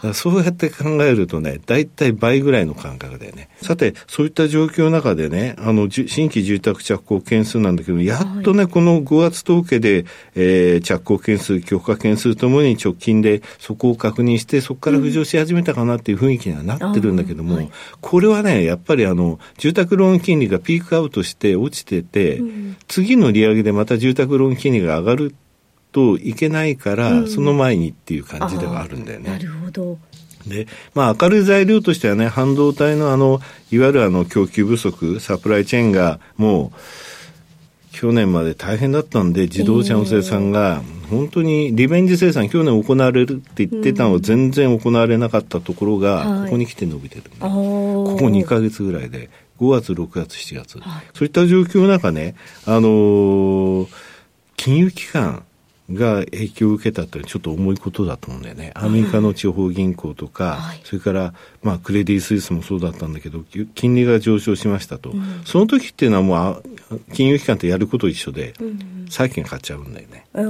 Speaker 1: からそうやって考えるとね、だいたい倍ぐらいの感覚だよね。さて、そういった状況の中でね、あの、新規住宅着工件数なんだけど、やっとね、はい、このごがつ統計で、えー、着工件数、許可件数ともに直近でそこを確認して、そこから浮上し始めたかなっていう雰囲気にはなってるんだけども、うんはい、これはね、やっぱりあの、住宅ローン金利がピークアウトして落ちてて、うん、次の利上げでまた住宅ローン金利が上がるといけないから、うん、その前にっていう感じではあるんだよね。
Speaker 2: なるほど。
Speaker 1: で、まあ明るい材料としてはね、半導体のあの、いわゆるあの供給不足、サプライチェーンがもう去年まで大変だったんで、自動車の生産が本当にリベンジ生産去年行われるって言ってたのを全然行われなかったところが、ここに来て伸びてる、ね、はい、ここにかげつぐらいで、ごがつ、ろくがつ、しちがつ、はい、そういった状況の中ね、あのー、金融機関が影響を受けたってちょっと重いことだと思うんだよね。アメリカの地方銀行とか、はい、それからまあクレディ・スイスもそうだったんだけど、金利が上昇しましたと、うん、その時っていうのはもう金融機関ってやること一緒で、うん、債券買っちゃうんだよね、うん、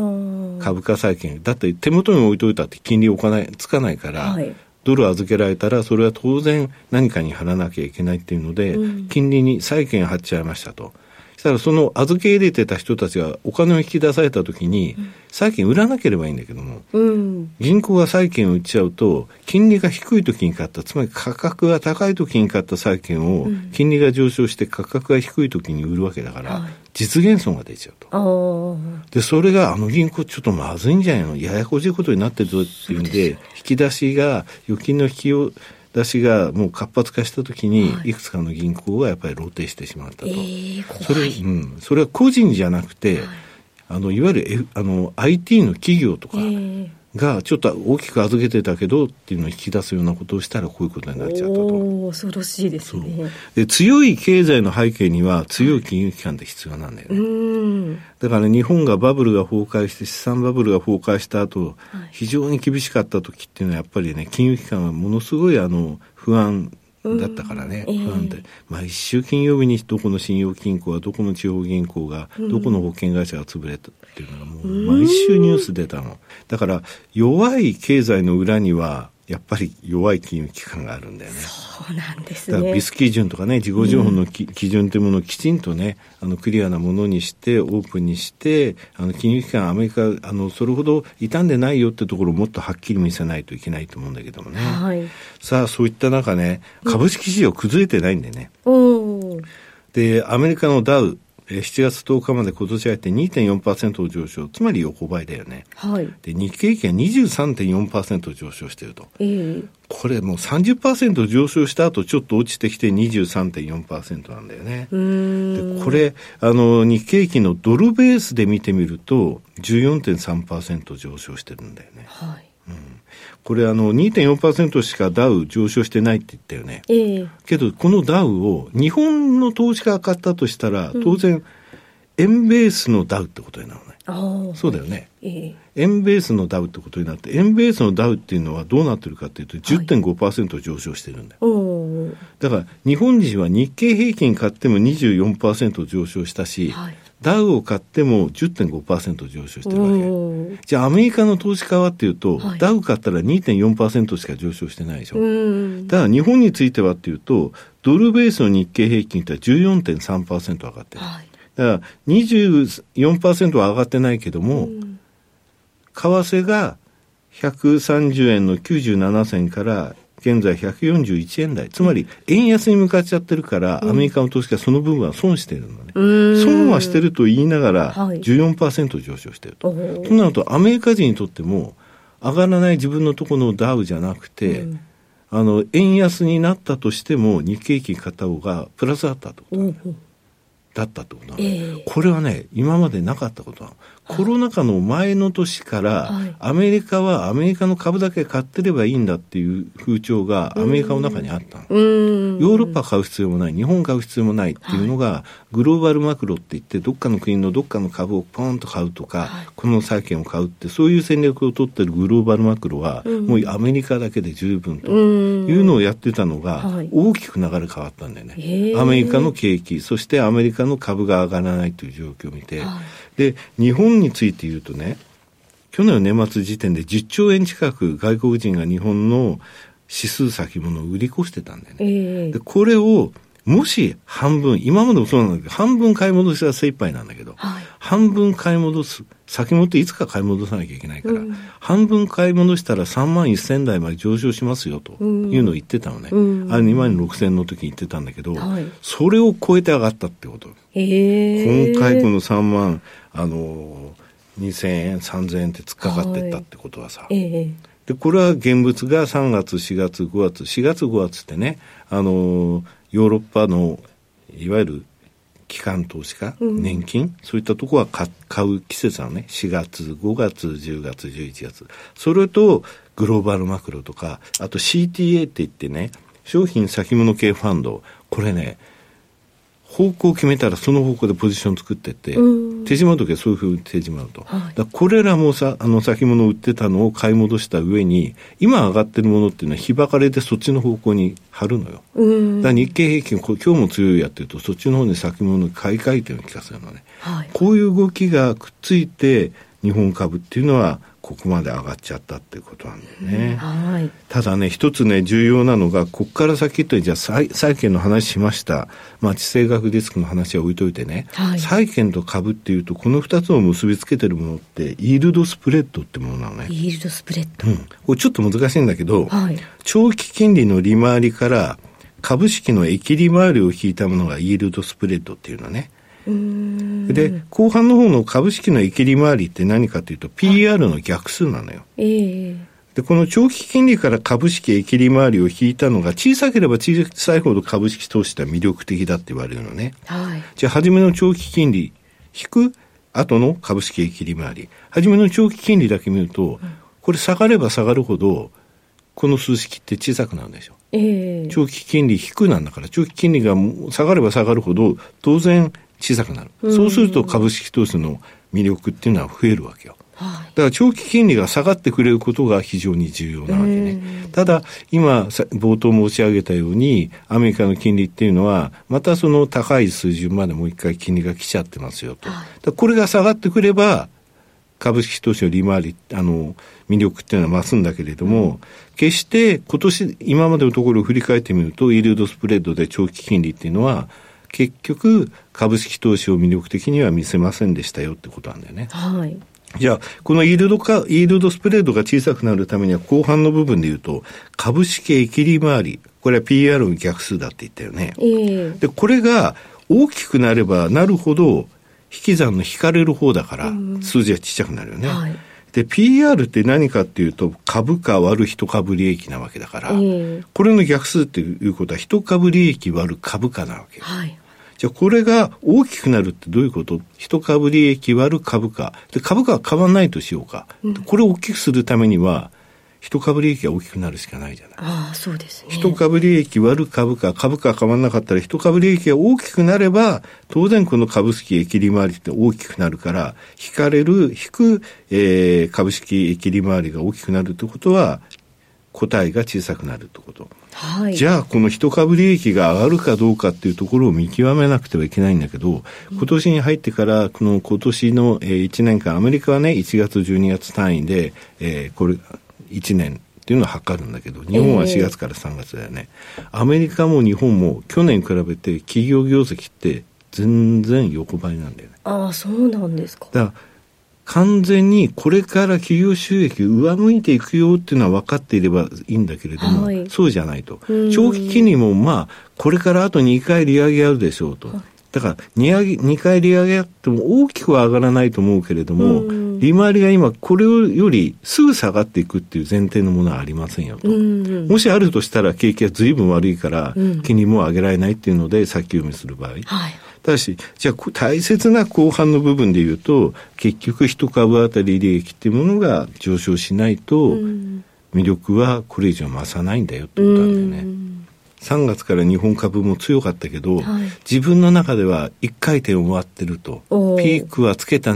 Speaker 1: 株価債券だって手元に置いといたって金利置かないつかないから、はい、ドル預けられたらそれは当然何かに払わなきゃいけないっていうので、うん、金利に債券貼っちゃいましたと。したらその預け入れてた人たちがお金を引き出されたときに、うん、債券売らなければいいんだけども、うん、銀行が債券を売っちゃうと金利が低いときに買った、つまり価格が高いときに買った債券を金利が上昇して価格が低いときに売るわけだから、うん、実現損が出ちゃうと。でそれがあの銀行ちょっとまずいんじゃないの、ややこしいことになってるぞっていうんで、引き出しが預金の引きを出しがもう活発化したときに、はい、いくつかの銀行がやっぱり露呈してしまったと、えー、それ、うん、それは個人じゃなくて、はい、あのいわゆる、F、あの アイティー の企業とかがちょっと大きく預けてたけどっていうのを引き出すようなことをしたらこういうことになっちゃったと。
Speaker 2: お恐ろしいですね。
Speaker 1: で強い経済の背景には強い金融機関って必要なんだよね、はい、うんだから、ね、日本がバブルが崩壊して資産バブルが崩壊した後、はい、非常に厳しかった時っていうのはやっぱりね、金融機関はものすごいあの不安だったからね、うん、不安で、えー、毎週金曜日にどこの信用金庫がどこの地方銀行が、うん、どこの保険会社が潰れたっていうのがもう毎週ニュース出たの。だから弱い経済の裏にはやっぱり弱い金融機関があるんだよね。
Speaker 2: そうなんですね。
Speaker 1: だからビス基準とかね、事後情報の、うん、基準というものをきちんとね、あのクリアなものにしてオープンにして、あの金融機関アメリカあのそれほど傷んでないよってところをもっとはっきり見せないといけないと思うんだけどもね、はい、さあそういった中ね、株式市場崩れてないんでね、うん、でアメリカのダウしちがつとおかまで今年入って にてんよんパーセント 上昇、つまり横ばいだよね、はい、で日経平均は にじゅうさんてんよんパーセント 上昇していると、えー、これもう さんじゅっパーセント 上昇した後ちょっと落ちてきて にじゅうさんてんよんパーセント なんだよね。うーんでこれあの日経平均のドルベースで見てみると じゅうよんてんさんパーセント 上昇してるんだよね、はいうん、これあの にてんよんパーセント しかダウ上昇してないって言ったよね、えー、けどこのダウを日本の投資家が買ったとしたら当然、うん、円ベースのダウってことになるね。あそうだよね、えー、円ベースのダウってことになって、円ベースのダウっていうのはどうなってるかっていうと じゅってんごパーセント 上昇してるんだよ、はい、だから日本人は日経平均買っても にじゅうよんパーセント 上昇したし、はい、ダウを買っても じゅってんごパーセント 上昇してるわけ。じゃあアメリカの投資家はっていうと、はい、ダウ買ったら にてんよんパーセント しか上昇してないでしょ。だから日本についてはっていうとドルベースの日経平均って じゅうよんてんさんパーセント 上がってる、はいだから にじゅうよんパーセント は上がってないけども、うん、為替がひゃくさんじゅうえんのきゅうじゅうななせんから現在ひゃくよんじゅういちえん台、つまり円安に向かっちゃってるから、うん、アメリカの投資家はその部分は損してるのね、うん、損はしてると言いながら じゅうよんパーセント 上昇してると、はい、となるとアメリカ人にとっても上がらない自分のところのダウじゃなくて、うん、あの円安になったとしても日経平均買った方がプラスだったってことだね、うんだったってことなの、えー、これはね今までなかったことなの。コロナ禍の前の年から、はい、アメリカはアメリカの株だけ買ってればいいんだっていう風潮がアメリカの中にあったの。ヨーロッパ買う必要もない、日本買う必要もないっていうのが、はい、グローバルマクロって言ってどっかの国のどっかの株をポンと買うとか、はい、この債券を買うってそういう戦略を取ってるグローバルマクロは、うん、もうアメリカだけで十分というのをやってたのが、はい、大きく流れ変わったんだよね。アメリカの景気、そしてアメリカの株が上がらないという状況を見て、はい、で日本について言うとね、 去年の年末時点でじゅっちょうえん近く外国人が日本の指数先物を売り越してたんだよね。えー、でこれをもし半分、今までもそうなんだけど、半分買い戻しは精一杯なんだけど、はい、半分買い戻す、先物っていつか買い戻さなきゃいけないから、うん、半分買い戻したらさんまんせん台まで上昇しますよというのを言ってたのね。うん、あれにまんろくせんの時に言ってたんだけど、はい、それを超えて上がったってこと。
Speaker 2: えー、
Speaker 1: 今回このさんまん、あのー、にせんえん、さんぜんえんって突っかかってったってことはさ、はい、えー、で、これは現物がさんがつ、しがつ、ごがつ、しがつ、ごがつってね、あのー、ヨーロッパのいわゆる機関投資家、うん、年金、そういったところは買、買う季節なのね。しがつ、ごがつ、じゅうがつ、じゅういちがつ。それとグローバルマクロとか、あと シーティーエー って言ってね、商品先物系ファンド、これね、方向を決めたらその方向でポジション作ってって、うん、手締まうときはそういうふうに手締まうと。はい、だこれらもさ、あの先物を売ってたのを買い戻した上に、今上がってるものっていうのは日ばかれでそっちの方向に張るのよ。うん、だから日経平均、これ今日も強いやってると、そっちの方に先物買い替えてるような気がするのね。はい、こういう動きがくっついて、日本株っていうのは、ここまで上がっちゃったっていうことなんだよね。うん、はい。ただね、一つね、重要なのが、ここから先って、じゃあ債、債券の話しました。まあ、地政学リスクの話は置いといてね。はい。債券と株っていうと、この二つを結びつけてるものって、イールドスプレッドってものなのね。
Speaker 2: イールドスプレッド。
Speaker 1: うん。これちょっと難しいんだけど、はい。長期金利の利回りから、株式の益利回りを引いたものがイールドスプレッドっていうのね。で、後半の方の株式の益利回りって何かというと ピーアール の逆数なのよ。えー、で、この長期金利から株式益利回りを引いたのが小さければ小さいほど株式投資って魅力的だって言われるのね。はい、じゃあ、初めの長期金利引く後の株式益利回り。初めの長期金利だけ見ると、うん、これ下がれば下がるほど、この数式って小さくなるでしょ。えー、長期金利低なんだから、長期金利が下がれば下がるほど、当然、小さくなる。そうすると株式投資の魅力っていうのは増えるわけよ。はい、だから長期金利が下がってくれることが非常に重要なわけね。ただ、今、冒頭申し上げたように、アメリカの金利っていうのは、またその高い水準までもう一回金利が来ちゃってますよと。はい、だこれが下がってくれば、株式投資の利回り、あの、魅力っていうのは増すんだけれども、うん、決して今年、今までのところを振り返ってみると、イールドスプレッドで長期金利っていうのは、結局株式投資を魅力的には見せませんでしたよってことなんだよね。はい。じゃあこのイールドかイールドスプレッドが小さくなるためには後半の部分で言うと株式益利回り、これは ピーアール の逆数だって言ったよね。えー、でこれが大きくなればなるほど引き算の引かれる方だから数字はちっちゃくなるよね。はい、で ピーアール って何かっていうと株価割る一株利益なわけだから、えー、これの逆数っていうことは一株利益割る株価なわけ。はい。じゃあこれが大きくなるってどういうこと？一株利益割る株価。で、株価は変わらないとしようか。うん、これを大きくするためには、一株利益が大きくなるしかないじゃない。
Speaker 2: ああ、そうですね。
Speaker 1: 一株利益割る株価。株価が変わらなかったら一株利益が大きくなれば、当然この株式益利回りって大きくなるから、引かれる、引く、えー、株式益利回りが大きくなるってことは、答えが小さくなるってこと。はい、じゃあこの一株利益が上がるかどうかっていうところを見極めなくてはいけないんだけど、今年に入ってからこの今年のいちねんかん、アメリカはねいちがつじゅうにがつ単位で、えー、これいちねんっていうのを測るんだけど、日本はしがつからさんがつだよね。えー、アメリカも日本も去年比べて企業業績って全然横ばいなんだよね。
Speaker 2: ああ、そうなんですか。
Speaker 1: だから完全にこれから企業収益上向いていくよっていうのは分かっていればいいんだけれども、はい、そうじゃないと。長期金利もまあこれからあとにかい利上げあるでしょうと。だから 2, 2回利上げあっても大きくは上がらないと思うけれども、利回りが今これよりすぐ下がっていくっていう前提のものはありませんよと。もしあるとしたら景気が随分悪いから金利も上げられないっていうので先読みする場合。はい、ただし、じゃあ大切な後半の部分で言うと、結局一株当たり利益っていうものが上昇しないと、魅力はこれ以上増さないんだよってことなんだよね。さんがつから日本株も強かったけど、はい、自分の中では一回転終わってると、ピークはつけたな、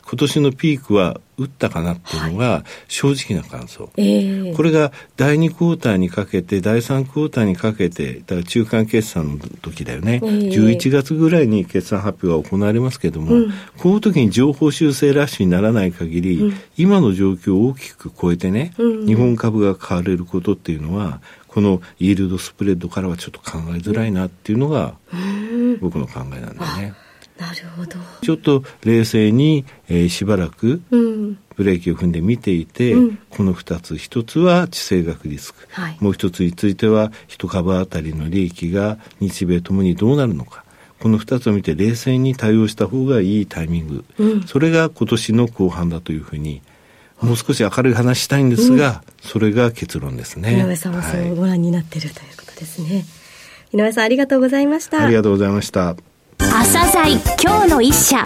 Speaker 1: 今年のピークは打ったかなっていうのが正直な感想、はい、えー、これがだいにクォーターにかけてだいさんクォーターにかけて、だから中間決算の時だよね、えー、じゅういちがつぐらいに決算発表が行われますけども、うん、この時に情報修正ラッシュにならない限り、うん、今の状況を大きく超えてね、うん、日本株が買われることっていうのはこのイールドスプレッドからはちょっと考えづらいなっていうのが僕の考えなんだね。
Speaker 2: なるほど。
Speaker 1: ちょっと冷静に、えー、しばらくブレーキを踏んで見ていて、うん、このふたつ、ひとつは地政学リスク、はい、もう一つについては一株当たりの利益が日米ともにどうなるのか、このふたつを見て冷静に対応した方がいいタイミング、うん、それが今年の後半だというふうに、もう少し明るい話したいんですが、うん、それが結論ですね。
Speaker 2: 井上さんもそうご覧になっているということですね、はい、井上さんありがとうございました。
Speaker 1: ありがとうございました。
Speaker 3: 朝鮮今日の一社。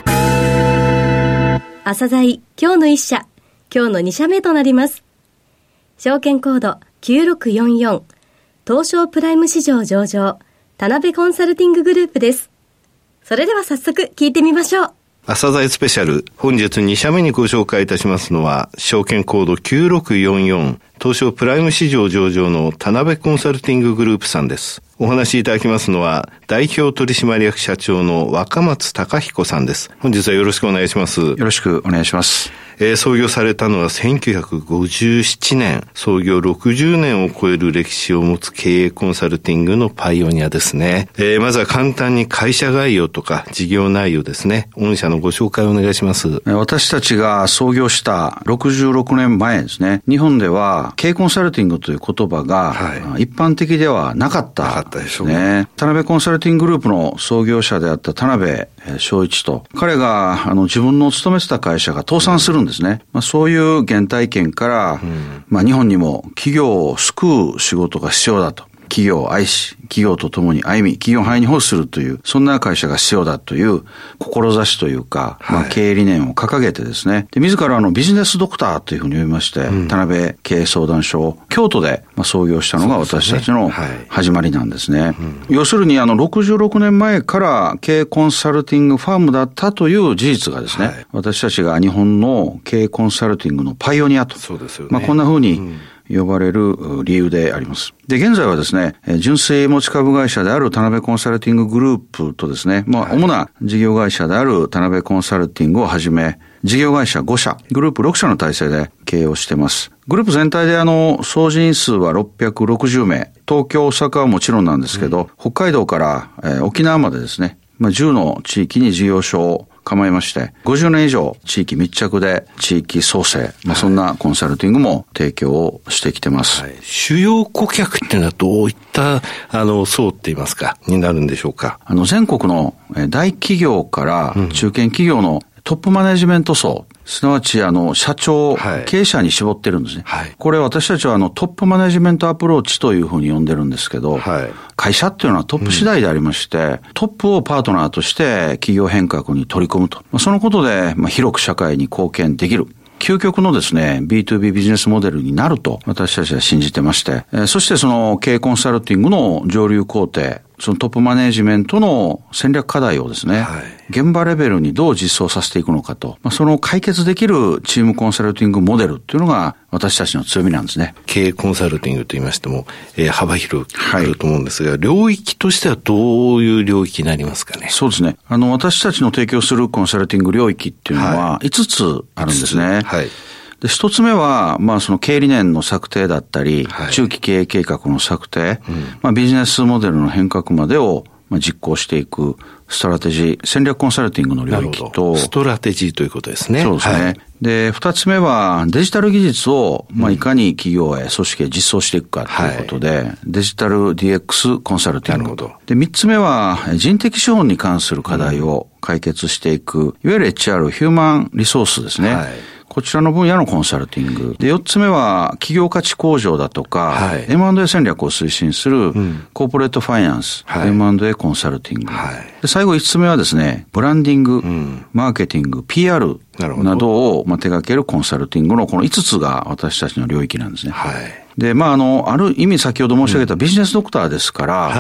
Speaker 2: 朝鮮今日の一社、今日のに社目となります。証券コードきゅうろくよんよん、東証プライム市場上場、田辺コンサルティンググループです。それでは早速聞いてみましょう。
Speaker 1: 朝鮮スペシャル、本日に社目にご紹介いたしますのは、証券コードきゅうろくよんよん、東証プライム市場上場の田辺コンサルティンググループさんです。お話しいただきますのは、代表取締役社長の若松隆彦さんです。本日はよろしくお願いします。
Speaker 5: よろしくお願いします。
Speaker 1: えー、創業されたのはせんきゅうひゃくごじゅうななねん、創業ろくじゅうねんを超える歴史を持つ経営コンサルティングのパイオニアですね。えー、まずは簡単に会社概要とか事業内容ですね、御社のご紹介をお願いします。
Speaker 5: 私たちが創業したろくじゅうろくねんまえですね、日本では経営コンサルティングという言葉が、はい、一般的ではなかったですね。なかったでしょうね。田辺コンサルティンググループの創業者であった田辺正一と、彼があの自分の勤めてた会社が倒産するんですね。まあ、そういう原体験から、うん、まあ、日本にも企業を救う仕事が必要だと。企業を愛し、企業と共に歩み、企業範囲に保持するという、そんな会社が必要だという志というか、はい、まあ、経営理念を掲げてですね、で自らあのビジネスドクターというふうに呼びまして、うん、田辺経営相談所を京都でまあ創業したのが私たちの始まりなんですね。はい、うん、要するにあのろくじゅうろくねんまえから経営コンサルティングファームだったという事実がですね、はい、私たちが日本の経営コンサルティングのパイオニアと、そうですよね、まあ、こんなふうに、うん、呼ばれる理由であります。で、現在はですね、純正持ち株会社である田辺コンサルティンググループとですね、まあ、主な事業会社である田辺コンサルティングをはじめ、事業会社ご社、グループろく社の体制で経営をしています。グループ全体であの、総人数はろっぴゃくろくじゅうめい、東京、大阪はもちろんなんですけど、うん、北海道から、えー、沖縄までですね、まあ、じゅうの地域に事業所を構えまして、ごじゅうねん以上地域密着で地域創生、まあ、そんなコンサルティングも提供をしてきてます。はい、
Speaker 1: 主要顧客っていうのはどういったあの層って言いますかになるんでしょうか。
Speaker 5: あの全国の大企業から中堅企業のトップマネジメント層、すなわちあの社長、はい、経営者に絞ってるんですね。はい、これ私たちはあのトップマネジメントアプローチというふうに呼んでるんですけど、はい、会社っていうのはトップ次第でありまして、うん、トップをパートナーとして企業変革に取り込むと。そのことで、まあ、広く社会に貢献できる。究極のですね、ビーツービー ビジネスモデルになると私たちは信じてまして、えー、そしてその経営コンサルティングの上流工程、そのトップマネジメントの戦略課題をですね、はい、現場レベルにどう実装させていくのかと、まあ、その解決できるチームコンサルティングモデルっていうのが私たちの強みなんですね。
Speaker 1: 経営コンサルティングと言いましても、えー、幅広くあると思うんですが、はい、領域としてはどういう領域になりますかね。
Speaker 5: そうですね。あの、私たちの提供するコンサルティング領域っていうのはいつつあるんですね。はい。で、一つ目は、まあ、その経営理念の策定だったり、はい、中期経営計画の策定、うん、まあ、ビジネスモデルの変革までを実行していくストラテジー、戦略コンサルティングの領域と、
Speaker 1: ストラテジーということですね。
Speaker 5: そうですね。はい、で、二つ目はデジタル技術を、まあ、いかに企業へ、組織へ実装していくかということで、はい、デジタル ディーエックス コンサルティング。なるほど。で、三つ目は人的資本に関する課題を解決していく、いわゆる エイチアール、ヒューマンリソースですね。はい、こちらの分野のコンサルティング。で、四つ目は企業価値向上だとか、はい、エムアンドエー 戦略を推進する、うん、コーポレートファイナンス、はい、エムアンドエー コンサルティング。はい、で、最後五つ目はですね、ブランディング、うん、マーケティング、ピーアール などを、まあ、手掛けるコンサルティングのこの五つが私たちの領域なんですね。はい、で、まあ、あの、ある意味先ほど申し上げたビジネスドクターですから、うん、はい、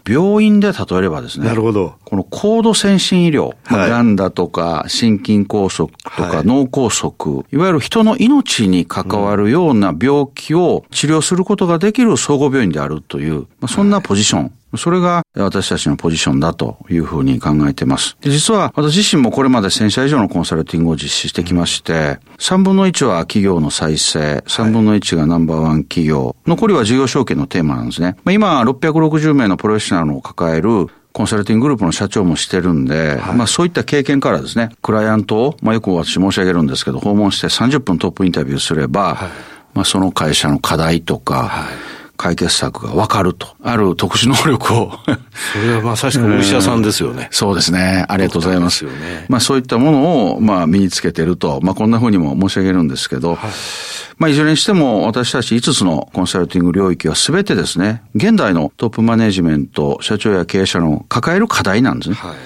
Speaker 5: 病院で例えればですね。
Speaker 1: なるほど。
Speaker 5: この高度先進医療、はい、がんだとか心筋梗塞とか脳梗塞、はい、いわゆる人の命に関わるような病気を治療することができる総合病院であるという、まあ、そんなポジション。はい、それが私たちのポジションだというふうに考えています。で、実は私自身もこれまでせん社以上のコンサルティングを実施してきまして、さんぶんのいちは企業の再生、さんぶんのいちがナンバーワン企業、残りは事業承継のテーマなんですね。まあ、今ろっぴゃくろくじゅうめいのプロフェッショナルを抱えるコンサルティンググループの社長もしてるんで、はい、まあそういった経験からですね、クライアントを、まあよく私申し上げるんですけど、訪問してさんじゅっぷんトップインタビューすれば、はい、まあその会社の課題とか、はい、解決策が分かると。ある特殊能力を。
Speaker 1: それはまさしくお医者さんですよね。
Speaker 5: そうですね。ありがとうございます。ですよね。まあそういったものを、まあ身につけてると、まあこんな風にも申し上げるんですけど、はい、まあいずれにしても私たちいつつのコンサルティング領域は全てですね、現代のトップマネジメント、社長や経営者の抱える課題なんですね。はい、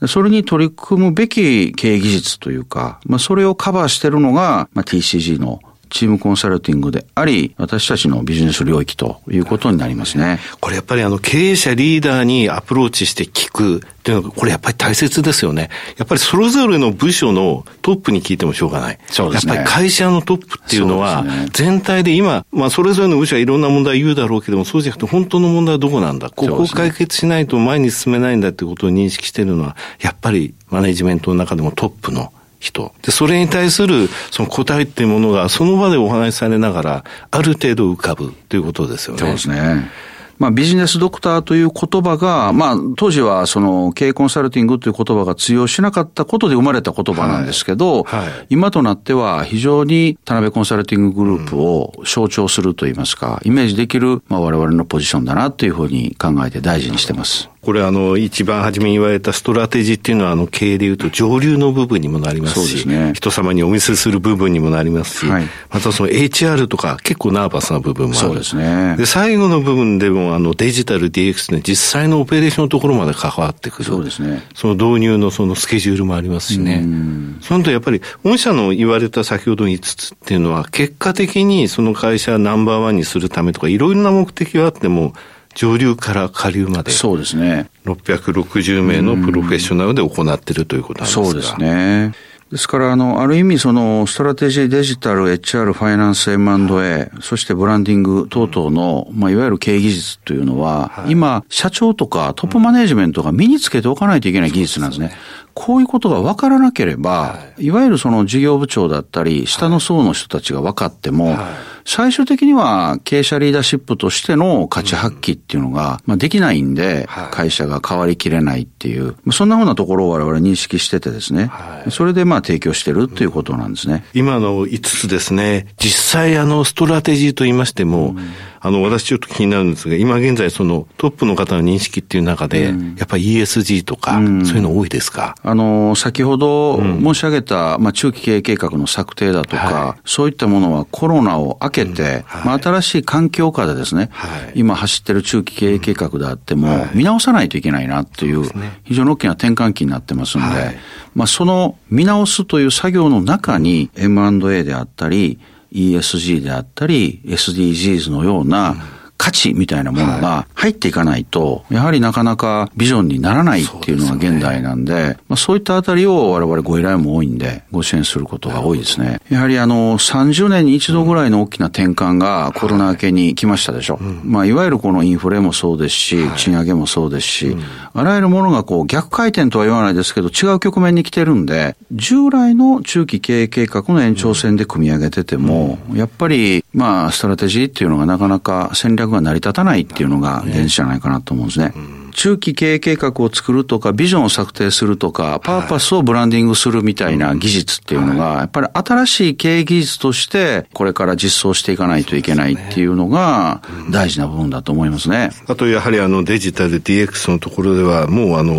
Speaker 5: それに取り組むべき経営技術というか、まあそれをカバーしているのが、まあ ティーシージー のチームコンサルティングであり、私たちのビジネス領域ということになりますね。
Speaker 1: これやっぱりあの経営者リーダーにアプローチして聞くっていうのが、これやっぱり大切ですよね。やっぱりそれぞれの部署のトップに聞いてもしょうがない。
Speaker 5: そうですね。
Speaker 1: やっぱり会社のトップっていうのは、全体で今、まあそれぞれの部署はいろんな問題言うだろうけども、そうじゃなくて本当の問題はどこなんだ。ここを解決しないと前に進めないんだってことを認識しているのは、やっぱりマネジメントの中でもトップの人。で、それに対するその答えっていうものがその場でお話しされながらある程度浮かぶということですよね。
Speaker 5: そうですね。まあビジネスドクターという言葉が、まあ当時はその経営コンサルティングという言葉が通用しなかったことで生まれた言葉なんですけど、はいはい、今となっては非常に田辺コンサルティンググループを象徴するといいますか、イメージできる、まあ我々のポジションだなというふうに考えて大事にしてます。
Speaker 1: これあの一番初めに言われたストラテジーっていうのはあの経営でいうと上流の部分にもなりますし、そうですね、人様にお見せする部分にもなりますし、はい、またその エイチアール とか結構ナーバスな部分もある。
Speaker 5: そうですね。
Speaker 1: で最後の部分でもあのデジタル ディーエックス ね、実際のオペレーションのところまで関わってくる。
Speaker 5: そうですね。
Speaker 1: その導入のそのスケジュールもありますしね。そのとやっぱり御社の言われた先ほどのいつつっていうのは結果的にその会社ナンバーワンにするためとかいろいろな目的があっても上流から下流まで。
Speaker 5: そうですね。
Speaker 1: ろっぴゃくろくじゅうめいのプロフェッショナルで行っているということなんですか。
Speaker 5: そうですね。ですから、あの、ある意味その、ストラテジー、デジタル、エイチアール、ファイナンス、エムアンドエー、そしてブランディング等々の、まあ、いわゆる経営技術というのは、はい、今、社長とかトップマネジメントが身につけておかないといけない技術なんですね。こういうことが分からなければ、はい、いわゆるその事業部長だったり、下の層の人たちが分かっても、はい、最終的には経営者リーダーシップとしての価値発揮っていうのが、まあ、できないんで、はい、会社が変わりきれないっていう、そんなふうなところを我々認識しててですね、はい、それでまあ提供してるということなんですね。
Speaker 1: 今のいつつですね、実際あのストラテジーと言いましても、うん、あの私ちょっと気になるんですが、今現在そのトップの方の認識っていう中で、うん、やっぱり イーエスジー とか、うん、そういうの多いですか？
Speaker 5: あの、先ほど申し上げた、まあ、中期経営計画の策定だとか、はい、そういったものはコロナを明けて、うん、はい、まあ、新しい環境下でですね、はい、今走ってる中期経営計画であっても、はい、見直さないといけないなという、非常に大きな転換期になってますんで、はい、まあ、その見直すという作業の中に エムアンドエー であったり、イーエスジー であったり、エスディージーズ のような、うん、価値みたいなものが入っていかないと、やはりなかなかビジョンにならないっていうのが現代なんで、そうですね、まあ、そういったあたりを我々ご依頼も多いんで、ご支援することが多いですね。やはりあの、さんじゅうねんに一度ぐらいの大きな転換がコロナ明けに来ましたでしょ。はい、まあ、いわゆるこのインフレもそうですし、賃上げもそうですし、はい、あらゆるものがこう逆回転とは言わないですけど、違う局面に来てるんで、従来の中期経営計画の延長線で組み上げてても、やっぱり、まあ、ストラテジーっていうのがなかなか戦略が成り立たないっていうのが現実じゃないかなと思うんですね。中期経営計画を作るとか、ビジョンを策定するとか、パーパスをブランディングするみたいな技術っていうのが、やっぱり新しい経営技術として、これから実装していかないといけないっていうのが大事な部分だと思いますね。
Speaker 1: あと、やはりあのデジタル ディーエックス のところでは、もうあの、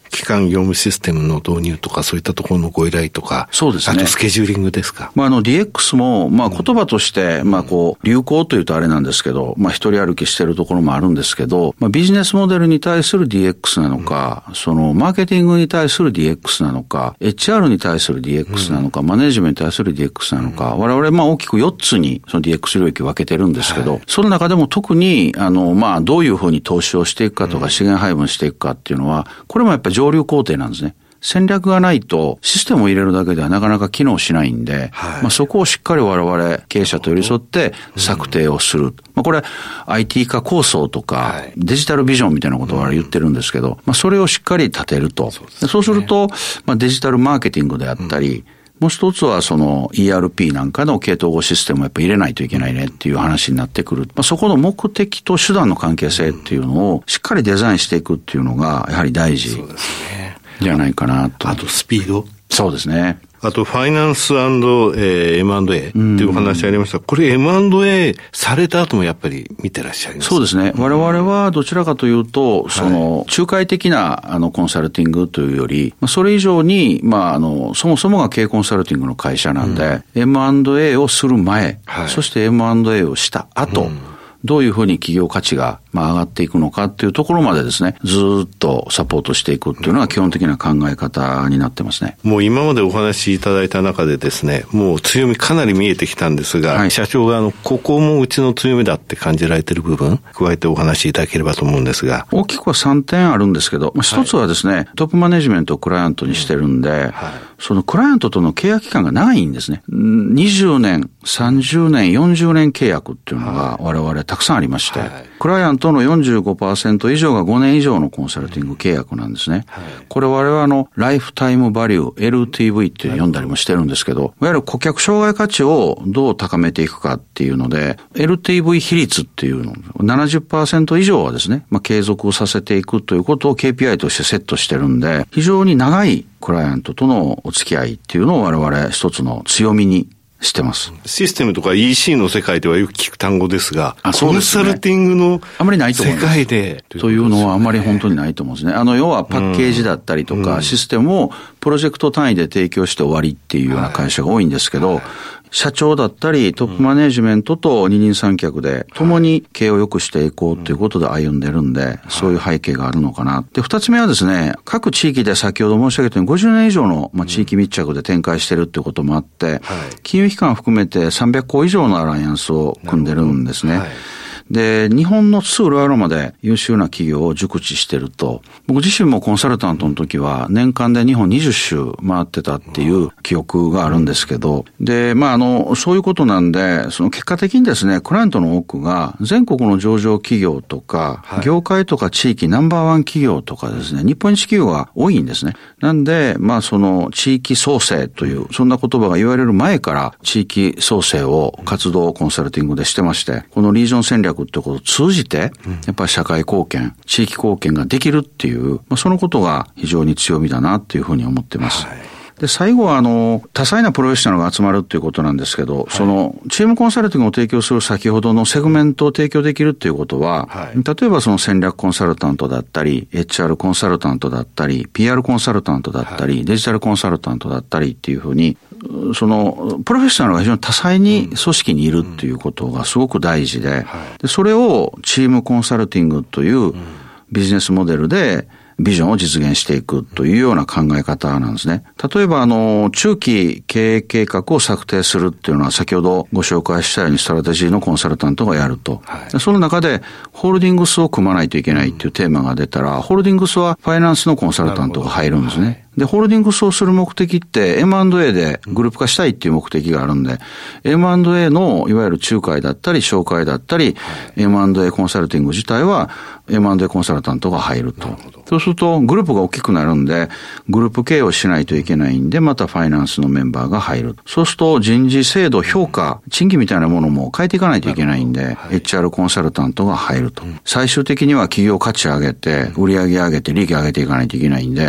Speaker 1: 機関業務システムの導入とか、そういったところのご依頼とか、
Speaker 5: そうですね。
Speaker 1: あとスケジューリングですか。
Speaker 5: まあ、あの ディーエックス も、まあ、言葉として、まあ、こう、流行というとあれなんですけど、まあ、一人歩きしてるところもあるんですけど、まあ、ビジネスモデルに対する ディーエックス なのか、うん、その、マーケティングに対する ディーエックス なのか、エイチアール に対する ディーエックス なのか、うん、マネジメントに対する ディーエックス なのか、うん、我々、まあ、大きくよっつに、その ディーエックス 領域を分けてるんですけど、はい、その中でも特に、あの、まあ、どういうふうに投資をしていくかとか、資源配分していくかっていうのは、これもやっぱり上流工程なんですね。戦略がないとシステムを入れるだけではなかなか機能しないんで、はい、まあ、そこをしっかり我々経営者と寄り添って策定をする。うん、まあ、これ アイティー 化構想とか、はい、デジタルビジョンみたいなことを我々言ってるんですけど、うん、まあ、それをしっかり立てると。そうですね。そうすると、まあ、デジタルマーケティングであったり、うん、もう一つはその イーアールピー なんかの系統合システムをやっぱり入れないといけないねっていう話になってくる。まあ、そこの目的と手段の関係性っていうのをしっかりデザインしていくっていうのがやはり大事じゃないかなと。
Speaker 1: あとスピード。
Speaker 5: そうですね。
Speaker 1: あとファイナンス&、えー、エムアンドエー っていうお話ありました。これ エムアンドエー された後もやっぱり見てらっしゃいます。
Speaker 5: そうですね。我々はどちらかというと、その仲介的なあのコンサルティングというより、それ以上にまああのそもそもが経営コンサルティングの会社なんで、うん、エムアンドエー をする前、はい、そして エムアンドエー をした後、うん、どういうふうに企業価値がまあ上がっていくのかっていうところまでですね、ずっとサポートしていくっていうのが基本的な考え方になってますね。
Speaker 1: もう今までお話しいただいた中でですね、もう強みかなり見えてきたんですが、はい、社長があのここもうちの強みだって感じられている部分加えてお話しいただければと思うんですが、
Speaker 5: 大きくはさんてんあるんですけど、一つはですね、はい、トップマネジメントをクライアントにしてるんで、うん、はい、そのクライアントとの契約期間が長いんですね。にじゅうねん、さんじゅうねん、よんじゅうねん契約っていうのが我々たくさんありまして、はい、クライアントの よんじゅうごパーセント 以上がごねん以上のコンサルティング契約なんですね。はい、これ我々はあの、ライフタイムバリュー、エルティーブイ って呼んだりもしてるんですけど、いわゆる顧客障害価値をどう高めていくかっていうので、エルティーブイ 比率っていうの、ななじゅっパーセント 以上はですね、まあ、継続させていくということを ケーピーアイ としてセットしてるんで、非常に長いクライアントとのお付き合いっていうのを我々一つの強みにしてます。
Speaker 1: システムとか イーシー の世界ではよく聞く単語ですが、
Speaker 5: あ、そうですね、
Speaker 1: コンサルティングの
Speaker 5: あまりないと思います。
Speaker 1: 世界で
Speaker 5: というのはあまり本当にないと思うんですね。あの、要はパッケージだったりとか、うん、システムをプロジェクト単位で提供して終わりっていうような会社が多いんですけど、はいはい、社長だったりトップマネジメントと二人三脚で共に経営を良くしていこうということで歩んでるんで、そういう背景があるのかな。で、二つ目はですね、各地域で先ほど申し上げたようにごじゅうねん以上のまあ地域密着で展開してるっていうこともあって、金融機関を含めてさんびゃっこ以上のアライアンスを組んでるんですね。で、日本の津々浦々まで優秀な企業を熟知してると、僕自身もコンサルタントの時は年間で日本にじゅっしゅう回ってたっていう記憶があるんですけど、で、まあ、あの、そういうことなんで、その結果的にですね、クライアントの多くが全国の上場企業とか、はい、業界とか地域ナンバーワン企業とかですね、日本一企業が多いんですね。なんで、まあ、その地域創生という、そんな言葉が言われる前から地域創生を活動コンサルティングでしてまして、このリージョン戦略ってことを通じて、やっぱり社会貢献、地域貢献ができるっていう、まあ、そのことが非常に強みだなっていうふうに思ってます。はい、で、最後はあの、多彩なプロフェッショナルが集まるっていうことなんですけど、はい、その、チームコンサルティングを提供する先ほどのセグメントを提供できるっていうことは、はい、例えばその戦略コンサルタントだったり、エイチアール コンサルタントだったり、ピーアール コンサルタントだったり、はい、デジタルコンサルタントだったりっていうふうに、その、プロフェッショナルが非常に多彩に組織にいるっていうことがすごく大事で、でそれをチームコンサルティングというビジネスモデルでビジョンを実現していくというような考え方なんですね。例えば、あの、中期経営計画を策定するっていうのは先ほどご紹介したようにストラテジーのコンサルタントがやると。はい、その中でホールディングスを組まないといけないっていうテーマが出たら、ホールディングスはファイナンスのコンサルタントが入るんですね。で、ホールディングスをする目的って エムアンドエー でグループ化したいっていう目的があるんで、エムアンドエー のいわゆる仲介だったり紹介だったり、はい、エムアンドエー コンサルティング自体は エムアンドエー コンサルタントが入ると。そうするとグループが大きくなるんで、グループ経営をしないといけないんで、またファイナンスのメンバーが入る。そうすると人事制度、評価、賃金みたいなものも変えていかないといけないんで、はい、エイチアール コンサルタントが入ると。最終的には企業価値上げて、売上上げて、利益上げていかないといけないんで、